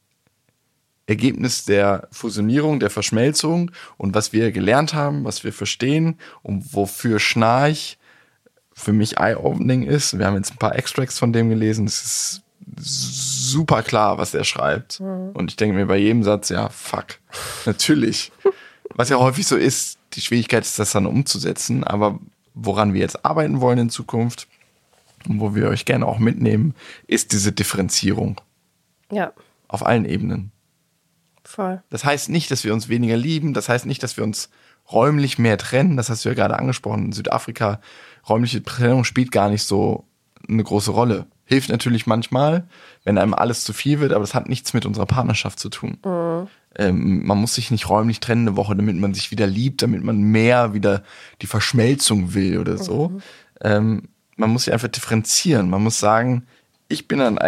Ergebnis der Fusionierung, der Verschmelzung, und was wir gelernt haben, was wir verstehen und wofür Schnarch für mich eye-opening ist. Wir haben jetzt ein paar Extracts von dem gelesen. Es ist super klar, was er schreibt. Und ich denke mir bei jedem Satz, ja, fuck, natürlich. Was ja häufig so ist, die Schwierigkeit ist, das dann umzusetzen, aber woran wir jetzt arbeiten wollen in Zukunft und wo wir euch gerne auch mitnehmen, ist diese Differenzierung. Ja. Auf allen Ebenen. Voll. Das heißt nicht, dass wir uns weniger lieben, das heißt nicht, dass wir uns räumlich mehr trennen, das hast du ja gerade angesprochen. In Südafrika, räumliche Trennung spielt gar nicht so eine große Rolle. Hilft natürlich manchmal, wenn einem alles zu viel wird, aber das hat nichts mit unserer Partnerschaft zu tun. Man muss sich nicht räumlich trennen eine Woche, damit man sich wieder liebt, damit man mehr wieder die Verschmelzung will oder so. Man muss sich einfach differenzieren. Man muss sagen, ich bin ein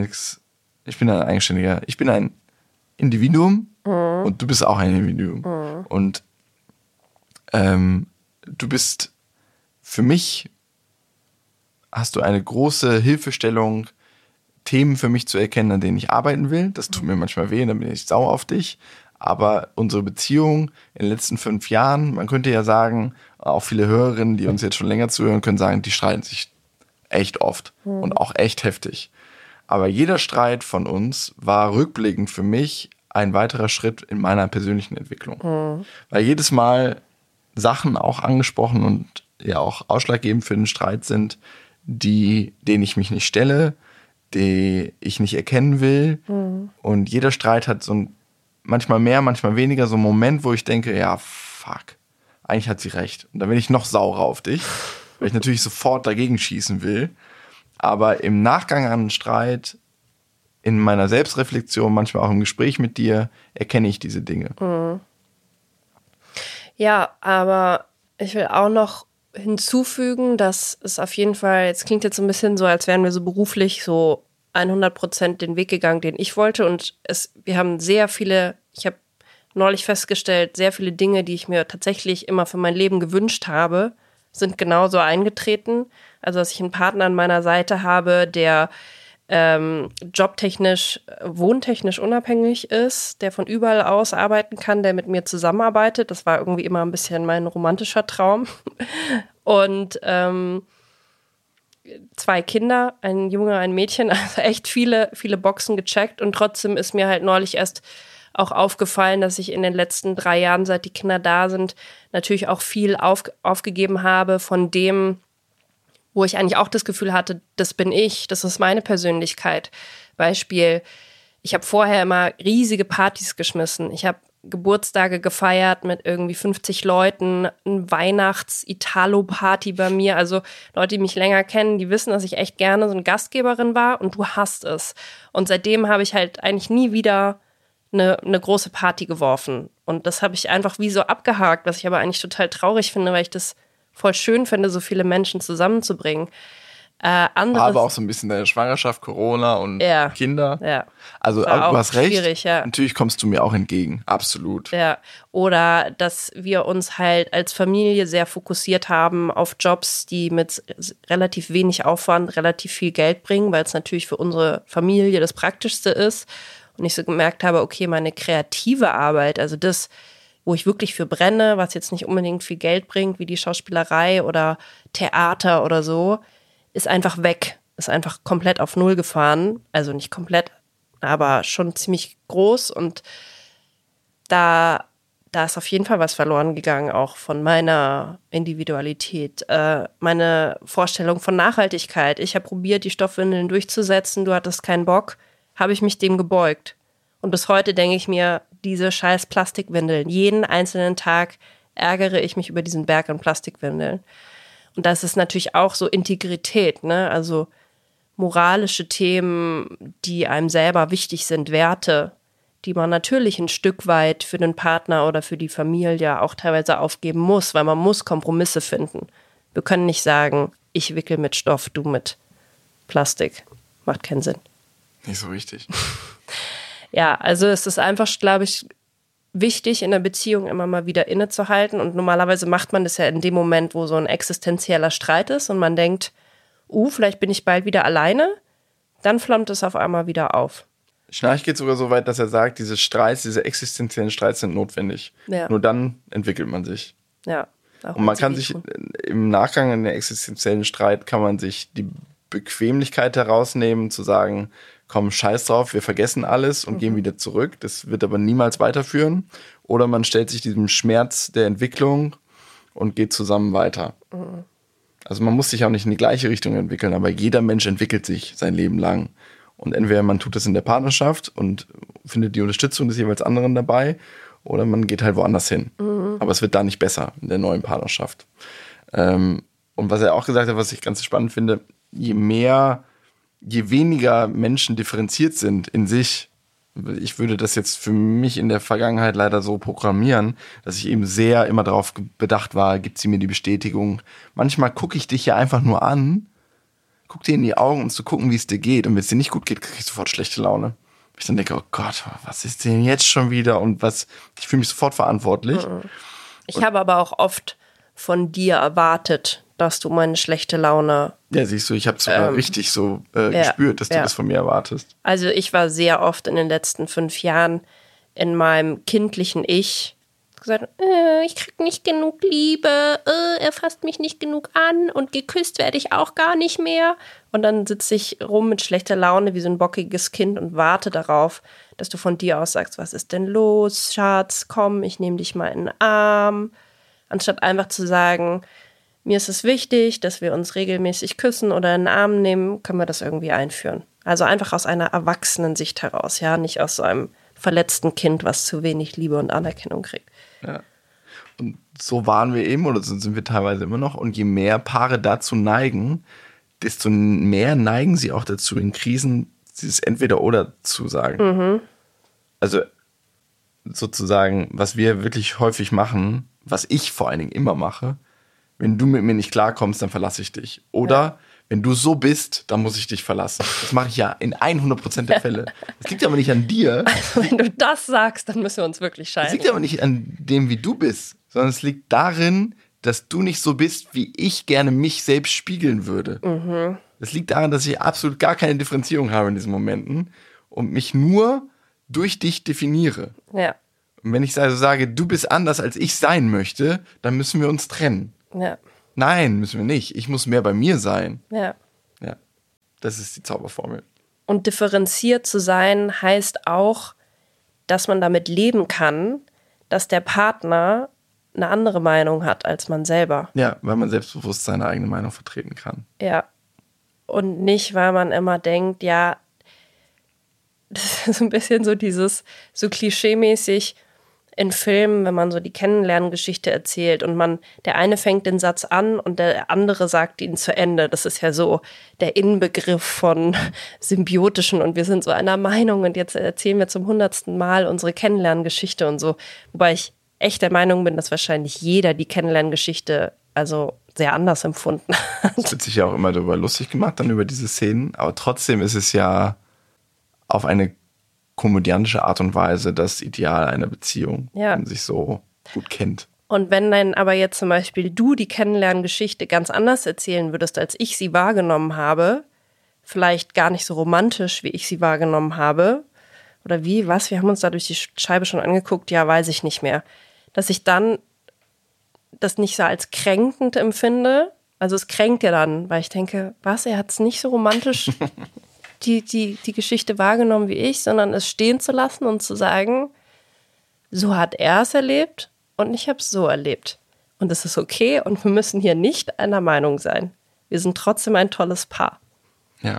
Individuum und du bist auch ein Individuum. Und du bist für mich, hast du eine große Hilfestellung, Themen für mich zu erkennen, an denen ich arbeiten will. Das tut mir manchmal weh, dann bin ich sauer auf dich. Aber unsere Beziehung in den letzten 5 Jahren, man könnte ja sagen, auch viele Hörerinnen, die uns jetzt schon länger zuhören, können sagen, die streiten sich echt oft und auch echt heftig. Aber jeder Streit von uns war rückblickend für mich ein weiterer Schritt in meiner persönlichen Entwicklung. Weil jedes Mal Sachen auch angesprochen und ja auch ausschlaggebend für den Streit sind, denen ich mich nicht stelle, die ich nicht erkennen will. Und jeder Streit hat so ein, manchmal mehr, manchmal weniger, so einen Moment, wo ich denke, ja, fuck, eigentlich hat sie recht. Und dann bin ich noch saurer auf dich, weil ich natürlich sofort dagegen schießen will. Aber im Nachgang an einen Streit, in meiner Selbstreflexion, manchmal auch im Gespräch mit dir, erkenne ich diese Dinge. Ja, aber ich will auch noch hinzufügen, dass es auf jeden Fall, jetzt klingt jetzt so ein bisschen so, als wären wir so beruflich so 100% den Weg gegangen, den ich wollte, und wir haben sehr viele, ich habe neulich festgestellt, sehr viele Dinge, die ich mir tatsächlich immer für mein Leben gewünscht habe, sind genauso eingetreten. Also, dass ich einen Partner an meiner Seite habe, der jobtechnisch, wohntechnisch unabhängig ist, der von überall aus arbeiten kann, der mit mir zusammenarbeitet. Das war irgendwie immer ein bisschen mein romantischer Traum. Und 2 Kinder, ein Junge, ein Mädchen, also echt viele, viele Boxen gecheckt. Und trotzdem ist mir halt neulich erst auch aufgefallen, dass ich in den letzten 3 Jahren, seit die Kinder da sind, natürlich auch viel aufgegeben habe von dem, wo ich eigentlich auch das Gefühl hatte, das bin ich, das ist meine Persönlichkeit. Beispiel, ich habe vorher immer riesige Partys geschmissen. Ich habe Geburtstage gefeiert mit irgendwie 50 Leuten, eine Weihnachts-Italo-Party bei mir. Also Leute, die mich länger kennen, die wissen, dass ich echt gerne so eine Gastgeberin war, und du hast es. Und seitdem habe ich halt eigentlich nie wieder eine große Party geworfen. Und das habe ich einfach wie so abgehakt, was ich aber eigentlich total traurig finde, weil ich das voll schön finde, so viele Menschen zusammenzubringen. Aber auch so ein bisschen deine Schwangerschaft, Corona und Kinder. Ja. Also aber du hast recht, ja. Natürlich kommst du mir auch entgegen, absolut. Ja, oder dass wir uns halt als Familie sehr fokussiert haben auf Jobs, die mit relativ wenig Aufwand relativ viel Geld bringen, weil es natürlich für unsere Familie das Praktischste ist. Und ich so gemerkt habe, okay, meine kreative Arbeit, also das, wo ich wirklich für brenne, was jetzt nicht unbedingt viel Geld bringt, wie die Schauspielerei oder Theater oder so, ist einfach weg, ist einfach komplett auf Null gefahren. Also nicht komplett, aber schon ziemlich groß. Und da ist auf jeden Fall was verloren gegangen, auch von meiner Individualität. Meine Vorstellung von Nachhaltigkeit. Ich habe probiert, die Stoffwindeln durchzusetzen. Du hattest keinen Bock. Habe ich mich dem gebeugt. Und bis heute denke ich mir, diese scheiß Plastikwindeln. Jeden einzelnen Tag ärgere ich mich über diesen Berg an Plastikwindeln. Und das ist natürlich auch so Integrität, ne? Also moralische Themen, die einem selber wichtig sind, Werte, die man natürlich ein Stück weit für den Partner oder für die Familie auch teilweise aufgeben muss, weil man muss Kompromisse finden. Wir können nicht sagen, ich wickel mit Stoff, du mit Plastik. Macht keinen Sinn. Nicht so richtig. Ja, also es ist einfach, glaube ich, wichtig, in der Beziehung immer mal wieder innezuhalten. Und normalerweise macht man das ja in dem Moment, wo so ein existenzieller Streit ist und man denkt, vielleicht bin ich bald wieder alleine. Dann flammt es auf einmal wieder auf. Schnarch geht sogar so weit, dass er sagt, diese existenziellen Streits sind notwendig. Ja. Nur dann entwickelt man sich. Ja. Und man kann sich im Nachgang in der existenziellen Streit kann man sich die Bequemlichkeit herausnehmen, zu sagen, komm, scheiß drauf, wir vergessen alles und gehen wieder zurück. Das wird aber niemals weiterführen. Oder man stellt sich diesem Schmerz der Entwicklung und geht zusammen weiter. Also man muss sich auch nicht in die gleiche Richtung entwickeln, aber jeder Mensch entwickelt sich sein Leben lang. Und entweder man tut das in der Partnerschaft und findet die Unterstützung des jeweils anderen dabei, oder man geht halt woanders hin. Aber es wird da nicht besser in der neuen Partnerschaft. Und was er auch gesagt hat, was ich ganz spannend finde, je weniger Menschen differenziert sind in sich, ich würde das jetzt für mich in der Vergangenheit leider so programmieren, dass ich eben sehr immer darauf bedacht war, gibt sie mir die Bestätigung. Manchmal gucke ich dich ja einfach nur an, guck dir in die Augen, um zu gucken, wie es dir geht. Und wenn es dir nicht gut geht, kriege ich sofort schlechte Laune. Ich dann denke, oh Gott, was ist denn jetzt schon wieder? Und ich fühle mich sofort verantwortlich. Ich habe aber auch oft von dir erwartet, dass du meine schlechte Laune... Ja, siehst du, ich habe es sogar richtig so gespürt, dass du das von mir erwartest. Also ich war sehr oft in den letzten 5 Jahren in meinem kindlichen Ich gesagt, ich krieg nicht genug Liebe, er fasst mich nicht genug an und geküsst werde ich auch gar nicht mehr. Und dann sitze ich rum mit schlechter Laune wie so ein bockiges Kind und warte darauf, dass du von dir aus sagst, was ist denn los, Schatz, komm, ich nehme dich mal in den Arm. Anstatt einfach zu sagen, mir ist es wichtig, dass wir uns regelmäßig küssen oder in den Arm nehmen, können wir das irgendwie einführen. Also einfach aus einer erwachsenen Sicht heraus, ja, nicht aus so einem verletzten Kind, was zu wenig Liebe und Anerkennung kriegt. Ja. Und so waren wir eben, oder so sind wir teilweise immer noch. Und je mehr Paare dazu neigen, desto mehr neigen sie auch dazu, in Krisen dieses Entweder-Oder zu sagen. Also sozusagen, was wir wirklich häufig machen, was ich vor allen Dingen immer mache, wenn du mit mir nicht klarkommst, dann verlasse ich dich. Oder wenn du so bist, dann muss ich dich verlassen. Das mache ich ja in 100% der Fälle. Das liegt aber nicht an dir. Also wenn du das sagst, dann müssen wir uns wirklich scheiden. Das liegt aber nicht an dem, wie du bist, sondern es liegt darin, dass du nicht so bist, wie ich gerne mich selbst spiegeln würde. Das liegt daran, dass ich absolut gar keine Differenzierung habe in diesen Momenten und mich nur durch dich definiere. Ja. Und wenn ich also sage, du bist anders, als ich sein möchte, dann müssen wir uns trennen. Ja. Nein, müssen wir nicht. Ich muss mehr bei mir sein. Ja. Ja. Das ist die Zauberformel. Und differenziert zu sein heißt auch, dass man damit leben kann, dass der Partner eine andere Meinung hat als man selber. Ja, weil man selbstbewusst seine eigene Meinung vertreten kann. Ja. Und nicht, weil man immer denkt, ja, das ist so ein bisschen so dieses, so klischeemäßig in Filmen, wenn man so die Kennenlerngeschichte erzählt und der eine fängt den Satz an und der andere sagt ihn zu Ende. Das ist ja so der Inbegriff von Symbiotischen und wir sind so einer Meinung und jetzt erzählen wir zum 100. Mal unsere Kennenlerngeschichte und so. Wobei ich echt der Meinung bin, dass wahrscheinlich jeder die Kennenlerngeschichte also sehr anders empfunden hat. Es wird sich ja auch immer darüber lustig gemacht, dann über diese Szenen, aber trotzdem ist es ja auf eine komödiantische Art und Weise das Ideal einer Beziehung, wenn man sich so gut kennt. Und wenn dann aber jetzt zum Beispiel du die Kennenlerngeschichte ganz anders erzählen würdest, als ich sie wahrgenommen habe, vielleicht gar nicht so romantisch, wie ich sie wahrgenommen habe, oder wie, was, wir haben uns da durch die Scheibe schon angeguckt, ja, weiß ich nicht mehr, dass ich dann das nicht so als kränkend empfinde, also es kränkt ja dann, weil ich denke, was, er hat es nicht so romantisch die Geschichte wahrgenommen wie ich, sondern es stehen zu lassen und zu sagen, so hat er es erlebt und ich habe es so erlebt. Und es ist okay und wir müssen hier nicht einer Meinung sein. Wir sind trotzdem ein tolles Paar. Ja.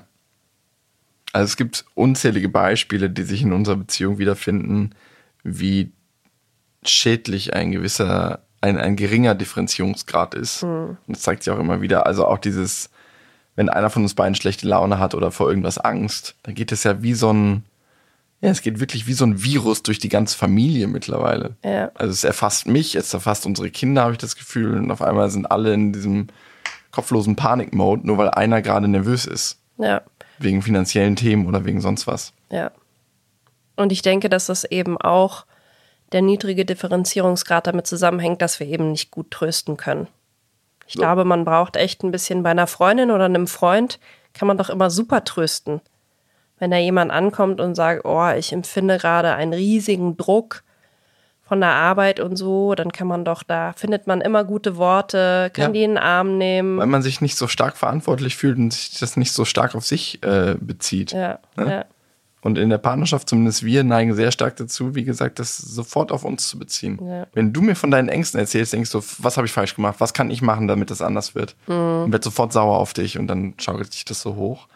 Also es gibt unzählige Beispiele, die sich in unserer Beziehung wiederfinden, wie schädlich ein geringer Differenzierungsgrad ist. Und das zeigt sich auch immer wieder. Also auch dieses, wenn einer von uns beiden schlechte Laune hat oder vor irgendwas Angst, dann geht es ja wie so ein, es geht wirklich wie so ein Virus durch die ganze Familie mittlerweile. Ja. Also es erfasst mich, es erfasst unsere Kinder, habe ich das Gefühl. Und auf einmal sind alle in diesem kopflosen Panik-Mode, nur weil einer gerade nervös ist. Ja. Wegen finanziellen Themen oder wegen sonst was. Ja. Und ich denke, dass das eben auch der niedrige Differenzierungsgrad damit zusammenhängt, dass wir eben nicht gut trösten können. Ich glaube, man braucht echt ein bisschen bei einer Freundin oder einem Freund, kann man doch immer super trösten. Wenn da jemand ankommt und sagt, oh, ich empfinde gerade einen riesigen Druck von der Arbeit und so, dann kann man doch, da findet man immer gute Worte, kann die in den Arm nehmen. Weil man sich nicht so stark verantwortlich fühlt und sich das nicht so stark auf sich bezieht. Ja, ne? ja. Und in der Partnerschaft, zumindest wir, neigen sehr stark dazu, wie gesagt, das sofort auf uns zu beziehen. Ja. Wenn du mir von deinen Ängsten erzählst, denkst du, was habe ich falsch gemacht? Was kann ich machen, damit das anders wird? Und werd sofort sauer auf dich und dann schaukelt sich das so hoch.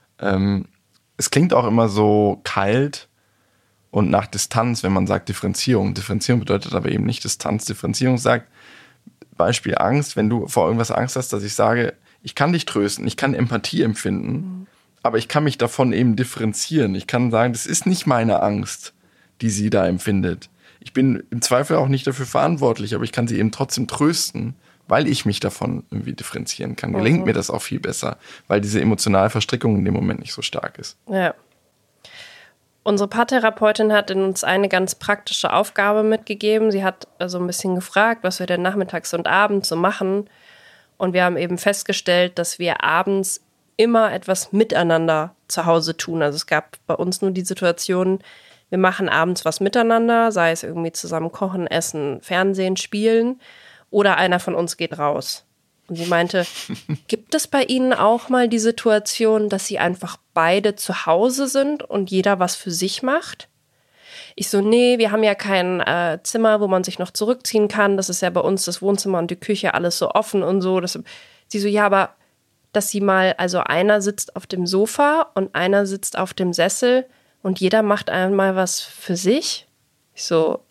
Es klingt auch immer so kalt und nach Distanz, wenn man sagt Differenzierung. Differenzierung bedeutet aber eben nicht Distanz. Differenzierung sagt, Beispiel Angst, wenn du vor irgendwas Angst hast, dass ich sage, ich kann dich trösten, ich kann Empathie empfinden, aber ich kann mich davon eben differenzieren. Ich kann sagen, das ist nicht meine Angst, die sie da empfindet. Ich bin im Zweifel auch nicht dafür verantwortlich, aber ich kann sie eben trotzdem trösten, weil ich mich davon irgendwie differenzieren kann. Gelingt mir das auch viel besser, weil diese emotionale Verstrickung in dem Moment nicht so stark ist. Ja. Unsere Paartherapeutin hat in uns eine ganz praktische Aufgabe mitgegeben. Sie hat also ein bisschen gefragt, was wir denn nachmittags und abends so machen. Und wir haben eben festgestellt, dass wir abends immer etwas miteinander zu Hause tun. Also es gab bei uns nur die Situation, wir machen abends was miteinander, sei es irgendwie zusammen kochen, essen, Fernsehen, spielen oder einer von uns geht raus. Und sie meinte, gibt es bei Ihnen auch mal die Situation, dass Sie einfach beide zu Hause sind und jeder was für sich macht? Ich so, nee, wir haben ja kein Zimmer, wo man sich noch zurückziehen kann. Das ist ja bei uns das Wohnzimmer und die Küche alles so offen und so. Sie so, ja, aber dass sie mal, also einer sitzt auf dem Sofa und einer sitzt auf dem Sessel und jeder macht einmal was für sich. Ich so,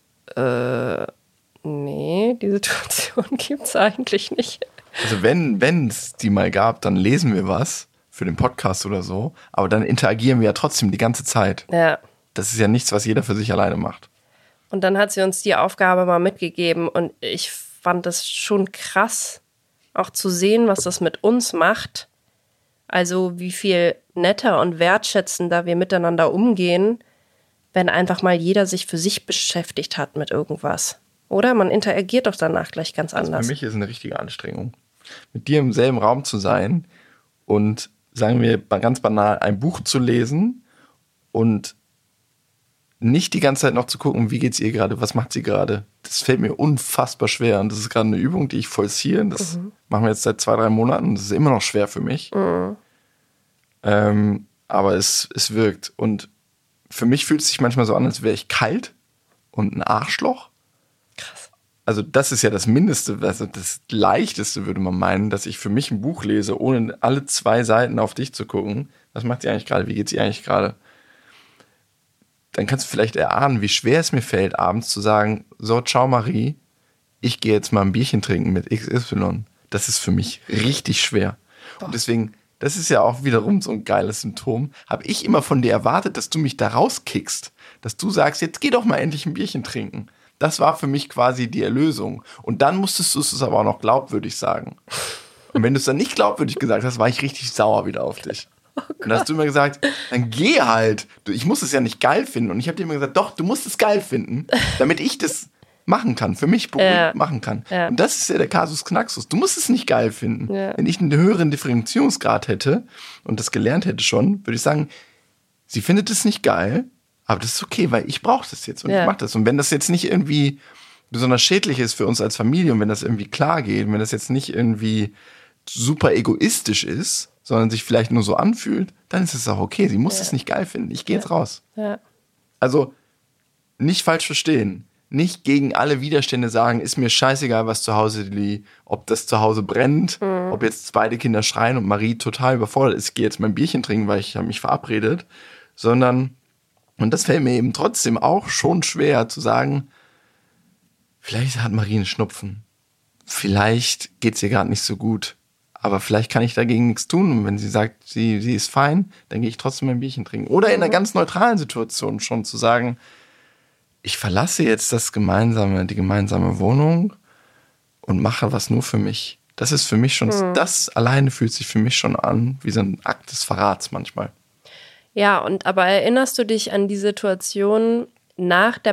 nee, die Situation gibt's eigentlich nicht. Also wenn es die mal gab, dann lesen wir was für den Podcast oder so, aber dann interagieren wir ja trotzdem die ganze Zeit. Ja. Das ist ja nichts, was jeder für sich alleine macht. Und dann hat sie uns die Aufgabe mal mitgegeben und ich fand das schon krass, auch zu sehen, was das mit uns macht. Also wie viel netter und wertschätzender wir miteinander umgehen, wenn einfach mal jeder sich für sich beschäftigt hat mit irgendwas. Oder? Man interagiert doch danach gleich ganz anders. Also für mich ist es eine richtige Anstrengung, mit dir im selben Raum zu sein und, sagen wir ganz banal, ein Buch zu lesen und nicht die ganze Zeit noch zu gucken, wie geht's ihr gerade, was macht sie gerade. Das fällt mir unfassbar schwer und das ist gerade eine Übung, die ich vollziehe. Das machen wir jetzt seit 2-3 Monaten. Das ist immer noch schwer für mich. Aber es wirkt. Und für mich fühlt es sich manchmal so an, als wäre ich kalt und ein Arschloch. Krass. Also das ist ja das Mindeste, also das Leichteste würde man meinen, dass ich für mich ein Buch lese, ohne alle 2 Seiten auf dich zu gucken. Was macht sie eigentlich gerade? Wie geht's ihr eigentlich gerade? Dann kannst du vielleicht erahnen, wie schwer es mir fällt, abends zu sagen, so, ciao Marie, ich gehe jetzt mal ein Bierchen trinken mit XY. Das ist für mich richtig schwer. Boah. Und deswegen, das ist ja auch wiederum so ein geiles Symptom, habe ich immer von dir erwartet, dass du mich da rauskickst. Dass du sagst, jetzt geh doch mal endlich ein Bierchen trinken. Das war für mich quasi die Erlösung. Und dann musstest du es aber auch noch glaubwürdig sagen. Und wenn du es dann nicht glaubwürdig gesagt hast, war ich richtig sauer wieder auf dich. Und dann hast du immer gesagt, dann geh halt. Ich muss es ja nicht geil finden. Und ich habe dir immer gesagt, doch, du musst es geil finden, damit ich das machen kann, für mich beruhigt machen kann. Ja. Und das ist ja der Kasus Knaxus. Du musst es nicht geil finden. Ja. Wenn ich einen höheren Differenzierungsgrad hätte und das gelernt hätte schon, würde ich sagen, sie findet es nicht geil, aber das ist okay, weil ich brauche das jetzt und ich mache das. Und wenn das jetzt nicht irgendwie besonders schädlich ist für uns als Familie und wenn das irgendwie klar geht, wenn das jetzt nicht irgendwie super egoistisch ist, sondern sich vielleicht nur so anfühlt, dann ist es auch okay. Sie muss es nicht geil finden. Ich gehe jetzt raus. Ja. Also nicht falsch verstehen. Nicht gegen alle Widerstände sagen, ist mir scheißegal, was zu Hause liegt, ob das zu Hause brennt, ob jetzt beide Kinder schreien und Marie total überfordert ist, ich gehe jetzt mein Bierchen trinken, weil ich habe mich verabredet, sondern, und das fällt mir eben trotzdem auch schon schwer zu sagen, vielleicht hat Marie einen Schnupfen, vielleicht geht es ihr gerade nicht so gut, aber vielleicht kann ich dagegen nichts tun und wenn sie sagt, sie ist fein, dann gehe ich trotzdem mein Bierchen trinken. Oder in einer ganz neutralen Situation schon zu sagen, ich verlasse jetzt die gemeinsame Wohnung und mache was nur für mich. Das ist für mich schon, das alleine fühlt sich für mich schon an wie so ein Akt des Verrats manchmal. Ja, aber erinnerst du dich an die Situation nach der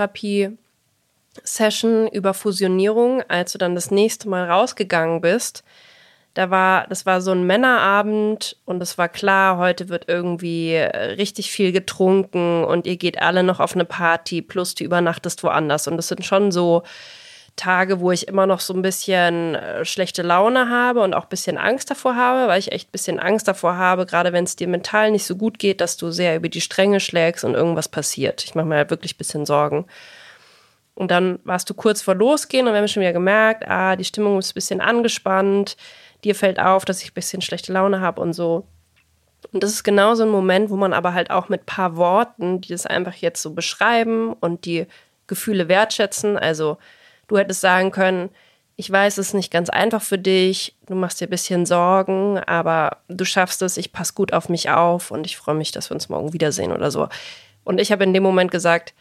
Paartherapie-Session über Fusionierung, als du dann das nächste Mal rausgegangen bist? Das war so ein Männerabend und es war klar, heute wird irgendwie richtig viel getrunken und ihr geht alle noch auf eine Party, plus du übernachtest woanders. Und das sind schon so Tage, wo ich immer noch so ein bisschen schlechte Laune habe und auch ein bisschen Angst davor habe, weil ich echt ein bisschen Angst davor habe, gerade wenn es dir mental nicht so gut geht, dass du sehr über die Stränge schlägst und irgendwas passiert. Ich mache mir halt wirklich ein bisschen Sorgen. Und dann warst du kurz vor Losgehen und wir haben schon wieder gemerkt, die Stimmung ist ein bisschen angespannt. Dir fällt auf, dass ich ein bisschen schlechte Laune habe und so. Und das ist genau so ein Moment, wo man aber halt auch mit ein paar Worten, die das einfach jetzt so beschreiben und die Gefühle wertschätzen. Also du hättest sagen können, ich weiß, es ist nicht ganz einfach für dich, du machst dir ein bisschen Sorgen, aber du schaffst es, ich passe gut auf mich auf und ich freue mich, dass wir uns morgen wiedersehen oder so. Und ich habe in dem Moment gesagt,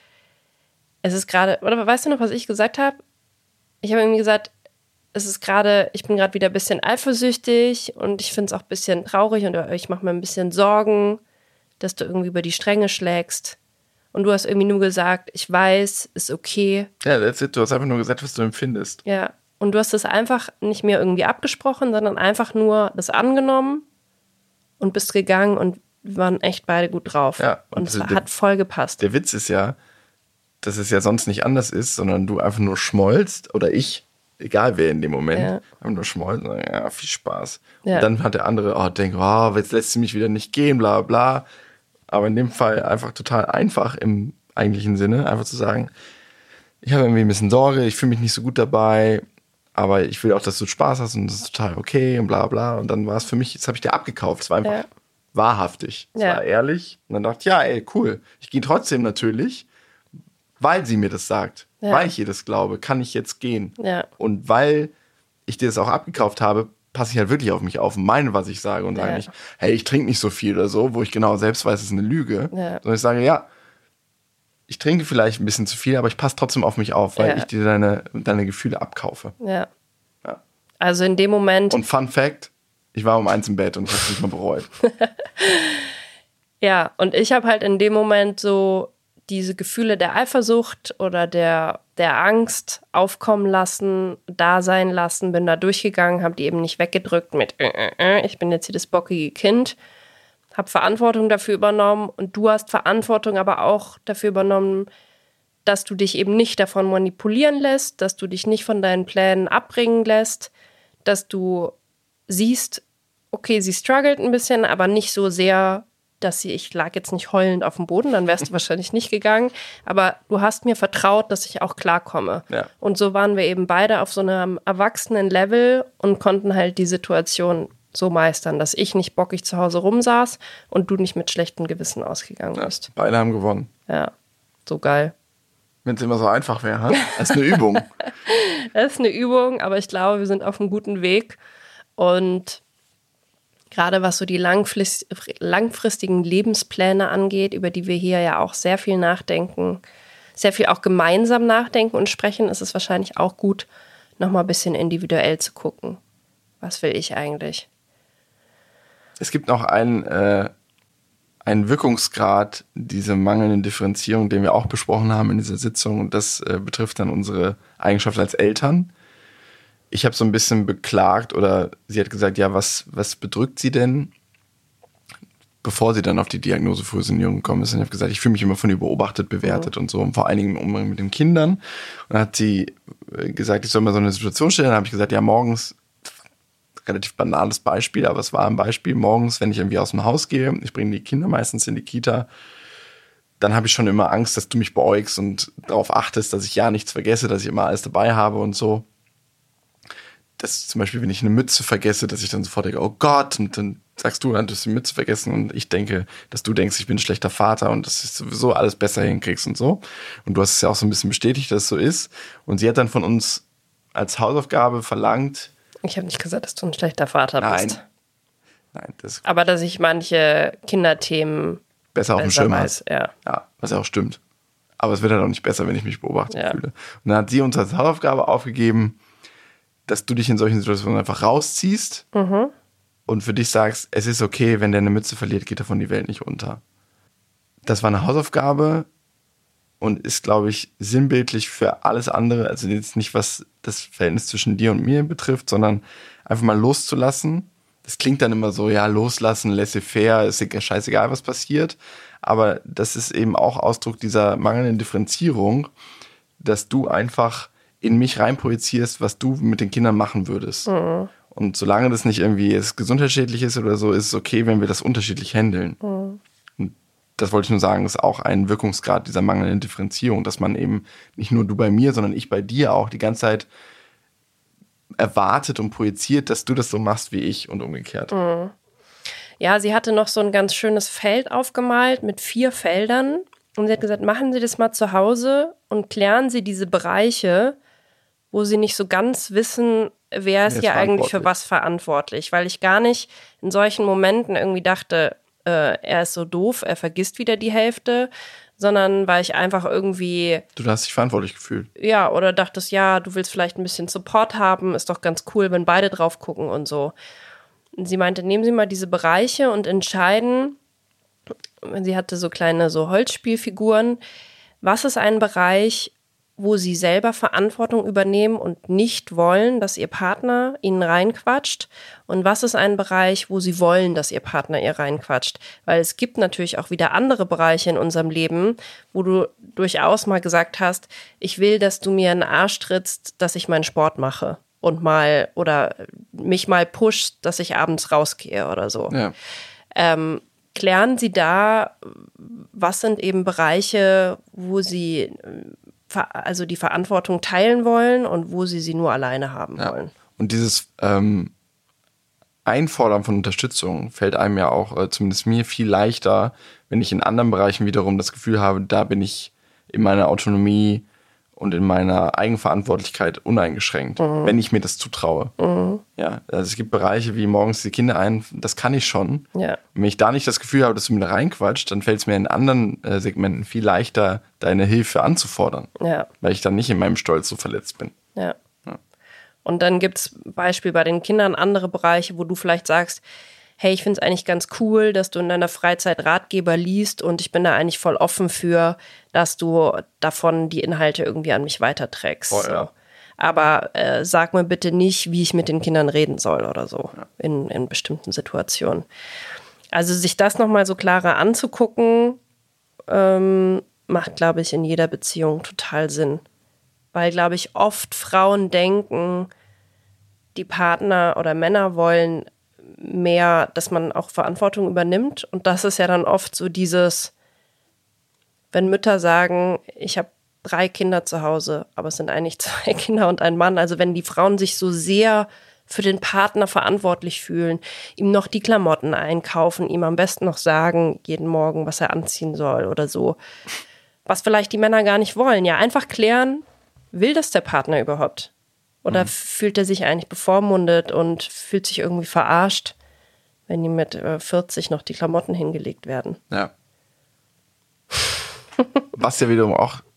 es ist gerade, oder weißt du noch, was ich gesagt habe? Ich habe irgendwie gesagt, ich bin gerade wieder ein bisschen eifersüchtig und ich finde es auch ein bisschen traurig und ich mache mir ein bisschen Sorgen, dass du irgendwie über die Stränge schlägst. Und du hast irgendwie nur gesagt, ich weiß, ist okay. Ja, that's it. Du hast einfach nur gesagt, was du empfindest. Ja, und du hast das einfach nicht mehr irgendwie abgesprochen, sondern einfach nur das angenommen und bist gegangen und wir waren echt beide gut drauf. Ja, und es hat voll gepasst. Der Witz ist ja, dass es ja sonst nicht anders ist, sondern du einfach nur schmollst oder ich, egal wer in dem Moment, einfach nur schmolzen, ja, viel Spaß. Ja. Und dann hat der andere, denkt, jetzt lässt sie mich wieder nicht gehen, bla bla. Aber in dem Fall einfach total einfach im eigentlichen Sinne, einfach zu sagen, ich habe irgendwie ein bisschen Sorge, ich fühle mich nicht so gut dabei, aber ich will auch, dass du Spaß hast und das ist total okay und bla bla. Und dann war es für mich, jetzt habe ich dir abgekauft, es war einfach wahrhaftig, es war ehrlich. Und dann dachte ich, cool, ich gehe trotzdem natürlich, weil sie mir das sagt. Ja. Weil ich ihr das glaube, kann ich jetzt gehen. Ja. Und weil ich dir das auch abgekauft habe, passe ich halt wirklich auf mich auf und meine, was ich sage und sage nicht, hey, ich trinke nicht so viel oder so, wo ich genau selbst weiß, es ist eine Lüge. Ja. Sondern ich sage, ich trinke vielleicht ein bisschen zu viel, aber ich passe trotzdem auf mich auf, weil ich dir deine Gefühle abkaufe. Ja. Also in dem Moment... Und Fun Fact, ich war um 1 im Bett und ich habe es nicht mal bereut. Ja, und ich habe halt in dem Moment so diese Gefühle der Eifersucht oder der Angst aufkommen lassen, da sein lassen, bin da durchgegangen, habe die eben nicht weggedrückt mit ich bin jetzt hier das bockige Kind, habe Verantwortung dafür übernommen und du hast Verantwortung aber auch dafür übernommen, dass du dich eben nicht davon manipulieren lässt, dass du dich nicht von deinen Plänen abbringen lässt, dass du siehst, okay, sie struggelt ein bisschen, aber nicht so sehr, ich lag jetzt nicht heulend auf dem Boden, dann wärst du wahrscheinlich nicht gegangen. Aber du hast mir vertraut, dass ich auch klarkomme. Ja. Und so waren wir eben beide auf so einem erwachsenen Level und konnten halt die Situation so meistern, dass ich nicht bockig zu Hause rumsaß und du nicht mit schlechtem Gewissen ausgegangen bist. Beide haben gewonnen. Ja, so geil. Wenn es immer so einfach wäre, das ist eine Übung. Das ist eine Übung, aber ich glaube, wir sind auf einem guten Weg. Und gerade was so die langfristigen Lebenspläne angeht, über die wir hier ja auch sehr viel nachdenken, sehr viel auch gemeinsam nachdenken und sprechen, ist es wahrscheinlich auch gut, nochmal ein bisschen individuell zu gucken. Was will ich eigentlich? Es gibt noch einen Wirkungsgrad dieser mangelnden Differenzierung, den wir auch besprochen haben in dieser Sitzung. Und das betrifft dann unsere Eigenschaft als Eltern. Ich habe so ein bisschen beklagt oder sie hat gesagt, ja, was bedrückt sie denn, bevor sie dann auf die Diagnose Frühsenierung gekommen ist. Und ich habe gesagt, ich fühle mich immer von ihr beobachtet, bewertet und so. Und vor allen Dingen im Umgang mit den Kindern. Und dann hat sie gesagt, ich soll mal so eine Situation stellen. Dann habe ich gesagt, ja, morgens, relativ banales Beispiel, aber es war ein Beispiel, morgens, wenn ich irgendwie aus dem Haus gehe, ich bringe die Kinder meistens in die Kita, dann habe ich schon immer Angst, dass du mich beäugst und darauf achtest, dass ich ja nichts vergesse, dass ich immer alles dabei habe und so. Das zum Beispiel, wenn ich eine Mütze vergesse, dass ich dann sofort denke, oh Gott, und dann sagst du, du hast die Mütze vergessen und ich denke, dass du denkst, ich bin ein schlechter Vater und dass ich sowieso alles besser hinkriegst und so. Und du hast es ja auch so ein bisschen bestätigt, dass es so ist. Und sie hat dann von uns als Hausaufgabe verlangt. Ich habe nicht gesagt, dass du ein schlechter Vater bist. Nein. Aber dass ich manche Kinderthemen besser auf dem Schirm weiß. Ja, was ja auch stimmt. Aber es wird halt auch nicht besser, wenn ich mich beobachtet fühle. Und dann hat sie uns als Hausaufgabe aufgegeben, dass du dich in solchen Situationen einfach rausziehst und für dich sagst, es ist okay, wenn der eine Mütze verliert, geht davon die Welt nicht unter. Das war eine Hausaufgabe und ist, glaube ich, sinnbildlich für alles andere. Also jetzt nicht, was das Verhältnis zwischen dir und mir betrifft, sondern einfach mal loszulassen. Das klingt dann immer so, ja, loslassen, laissez-faire, ist ja scheißegal, was passiert. Aber das ist eben auch Ausdruck dieser mangelnden Differenzierung, dass du einfach in mich reinprojizierst, was du mit den Kindern machen würdest. Und solange das nicht irgendwie gesundheitsschädlich ist oder so, ist es okay, wenn wir das unterschiedlich handeln. Und das wollte ich nur sagen, ist auch ein Wirkungsgrad dieser mangelnden Differenzierung, dass man eben nicht nur du bei mir, sondern ich bei dir auch die ganze Zeit erwartet und projiziert, dass du das so machst wie ich und umgekehrt. Ja, sie hatte noch so ein ganz schönes Feld aufgemalt mit 4 Feldern. Und sie hat gesagt, machen Sie das mal zu Hause und klären Sie diese Bereiche, wo Sie nicht so ganz wissen, wer ist hier eigentlich für was verantwortlich. Weil ich gar nicht in solchen Momenten irgendwie dachte, er ist so doof, er vergisst wieder die Hälfte, sondern weil ich einfach irgendwie... Du hast dich verantwortlich gefühlt. Ja, oder dachtest, ja, du willst vielleicht ein bisschen Support haben, ist doch ganz cool, wenn beide drauf gucken und so. Und sie meinte, nehmen Sie mal diese Bereiche und entscheiden... Sie hatte so kleine Holzspielfiguren. Was ist ein Bereich, wo Sie selber Verantwortung übernehmen und nicht wollen, dass Ihr Partner Ihnen reinquatscht? Und was ist ein Bereich, wo Sie wollen, dass Ihr Partner ihr reinquatscht? Weil es gibt natürlich auch wieder andere Bereiche in unserem Leben, wo du durchaus mal gesagt hast, ich will, dass du mir in den Arsch trittst, dass ich meinen Sport mache und mal oder mich mal pusht, dass ich abends rausgehe oder so. Ja. Klären Sie da, was sind eben Bereiche, wo Sie also die Verantwortung teilen wollen und wo Sie nur alleine haben wollen. Und dieses Einfordern von Unterstützung fällt einem ja auch, zumindest mir, viel leichter, wenn ich in anderen Bereichen wiederum das Gefühl habe, da bin ich in meiner Autonomie und in meiner Eigenverantwortlichkeit uneingeschränkt, wenn ich mir das zutraue. Ja, also es gibt Bereiche wie morgens die Kinder ein, das kann ich schon. Ja. Wenn ich da nicht das Gefühl habe, dass du mir da reinquatscht, dann fällt es mir in anderen Segmenten viel leichter, deine Hilfe anzufordern. Ja. Weil ich dann nicht in meinem Stolz so verletzt bin. Ja. Und dann gibt es Beispiel bei den Kindern andere Bereiche, wo du vielleicht sagst, hey, ich finde es eigentlich ganz cool, dass du in deiner Freizeit Ratgeber liest und ich bin da eigentlich voll offen für, dass du davon die Inhalte irgendwie an mich weiterträgst. Oh, ja. So. Aber sag mir bitte nicht, wie ich mit den Kindern reden soll oder so in bestimmten Situationen. Also sich das nochmal so klarer anzugucken, macht, glaube ich, in jeder Beziehung total Sinn. Weil, glaube ich, oft Frauen denken, die Partner oder Männer wollen mehr, dass man auch Verantwortung übernimmt. Und das ist ja dann oft so dieses, wenn Mütter sagen, ich habe 3 Kinder zu Hause, aber es sind eigentlich 2 Kinder und ein Mann. Also wenn die Frauen sich so sehr für den Partner verantwortlich fühlen, ihm noch die Klamotten einkaufen, ihm am besten noch sagen, jeden Morgen, was er anziehen soll oder so. Was vielleicht die Männer gar nicht wollen. Ja, einfach klären, will das der Partner überhaupt? Oder fühlt er sich eigentlich bevormundet und fühlt sich irgendwie verarscht, wenn ihm mit 40 noch die Klamotten hingelegt werden? Ja. Was ja wiederum auch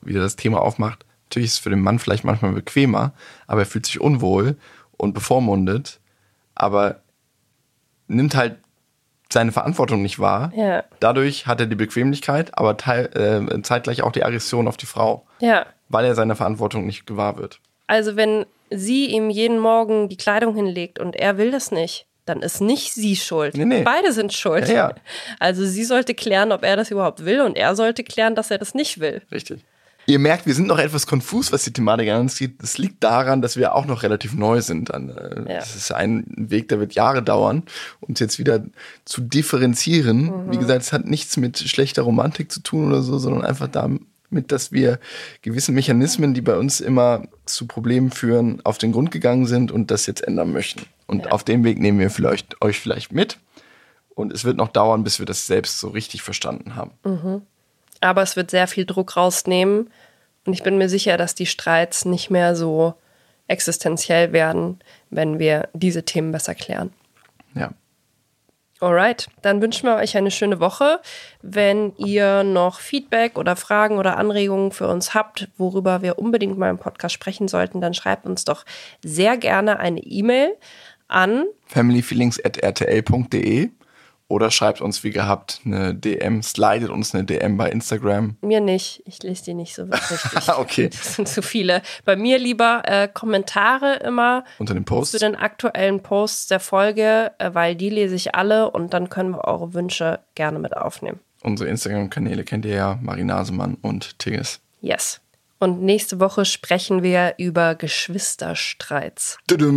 wieder das Thema aufmacht, natürlich ist es für den Mann vielleicht manchmal bequemer, aber er fühlt sich unwohl und bevormundet, aber nimmt halt seine Verantwortung nicht wahr. Ja. Dadurch hat er die Bequemlichkeit, aber zeitgleich auch die Aggression auf die Frau, Ja. weil er seiner Verantwortung nicht gewahr wird. Also wenn sie ihm jeden Morgen die Kleidung hinlegt und er will das nicht, dann ist nicht sie schuld. Nee. Beide sind schuld. Ja. Also sie sollte klären, ob er das überhaupt will und er sollte klären, dass er das nicht will. Richtig. Ihr merkt, wir sind noch etwas konfus, was die Thematik angeht. Das liegt daran, dass wir auch noch relativ neu sind. Das ist ein Weg, der wird Jahre dauern, uns jetzt wieder zu differenzieren. Wie gesagt, es hat nichts mit schlechter Romantik zu tun oder so, sondern einfach damit, dass wir gewisse Mechanismen, die bei uns immer zu Problemen führen, auf den Grund gegangen sind und das jetzt ändern möchten. Und auf dem Weg nehmen wir euch vielleicht mit. Und es wird noch dauern, bis wir das selbst so richtig verstanden haben. Aber es wird sehr viel Druck rausnehmen. Und ich bin mir sicher, dass die Streits nicht mehr so existenziell werden, wenn wir diese Themen besser klären. Ja. Alright, dann wünschen wir euch eine schöne Woche. Wenn ihr noch Feedback oder Fragen oder Anregungen für uns habt, worüber wir unbedingt mal im Podcast sprechen sollten, dann schreibt uns doch sehr gerne eine E-Mail an familyfeelings@rtl.de oder schreibt uns wie gehabt eine DM, slidet uns eine DM bei Instagram. Mir nicht, ich lese die nicht so richtig. Okay. Das sind zu viele. Bei mir lieber Kommentare immer Unter dem Post. zu den aktuellen Posts der Folge, weil die lese ich alle und dann können wir eure Wünsche gerne mit aufnehmen. Unsere Instagram-Kanäle kennt ihr ja, Marinasemann und Tigges. Yes. Und nächste Woche sprechen wir über Geschwisterstreits.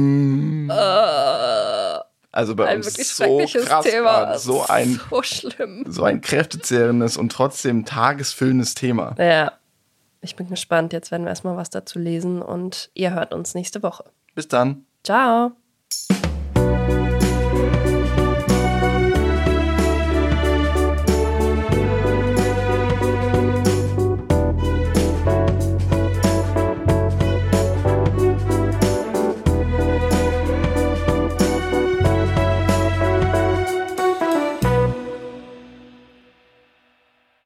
Also bei Ein uns wirklich so schreckliches krass, Thema. so Schlimm. so ein kräftezehrendes und trotzdem tagesfüllendes Thema. Ja, ich bin gespannt. Jetzt werden wir erstmal was dazu lesen und ihr hört uns nächste Woche. Bis dann. Ciao.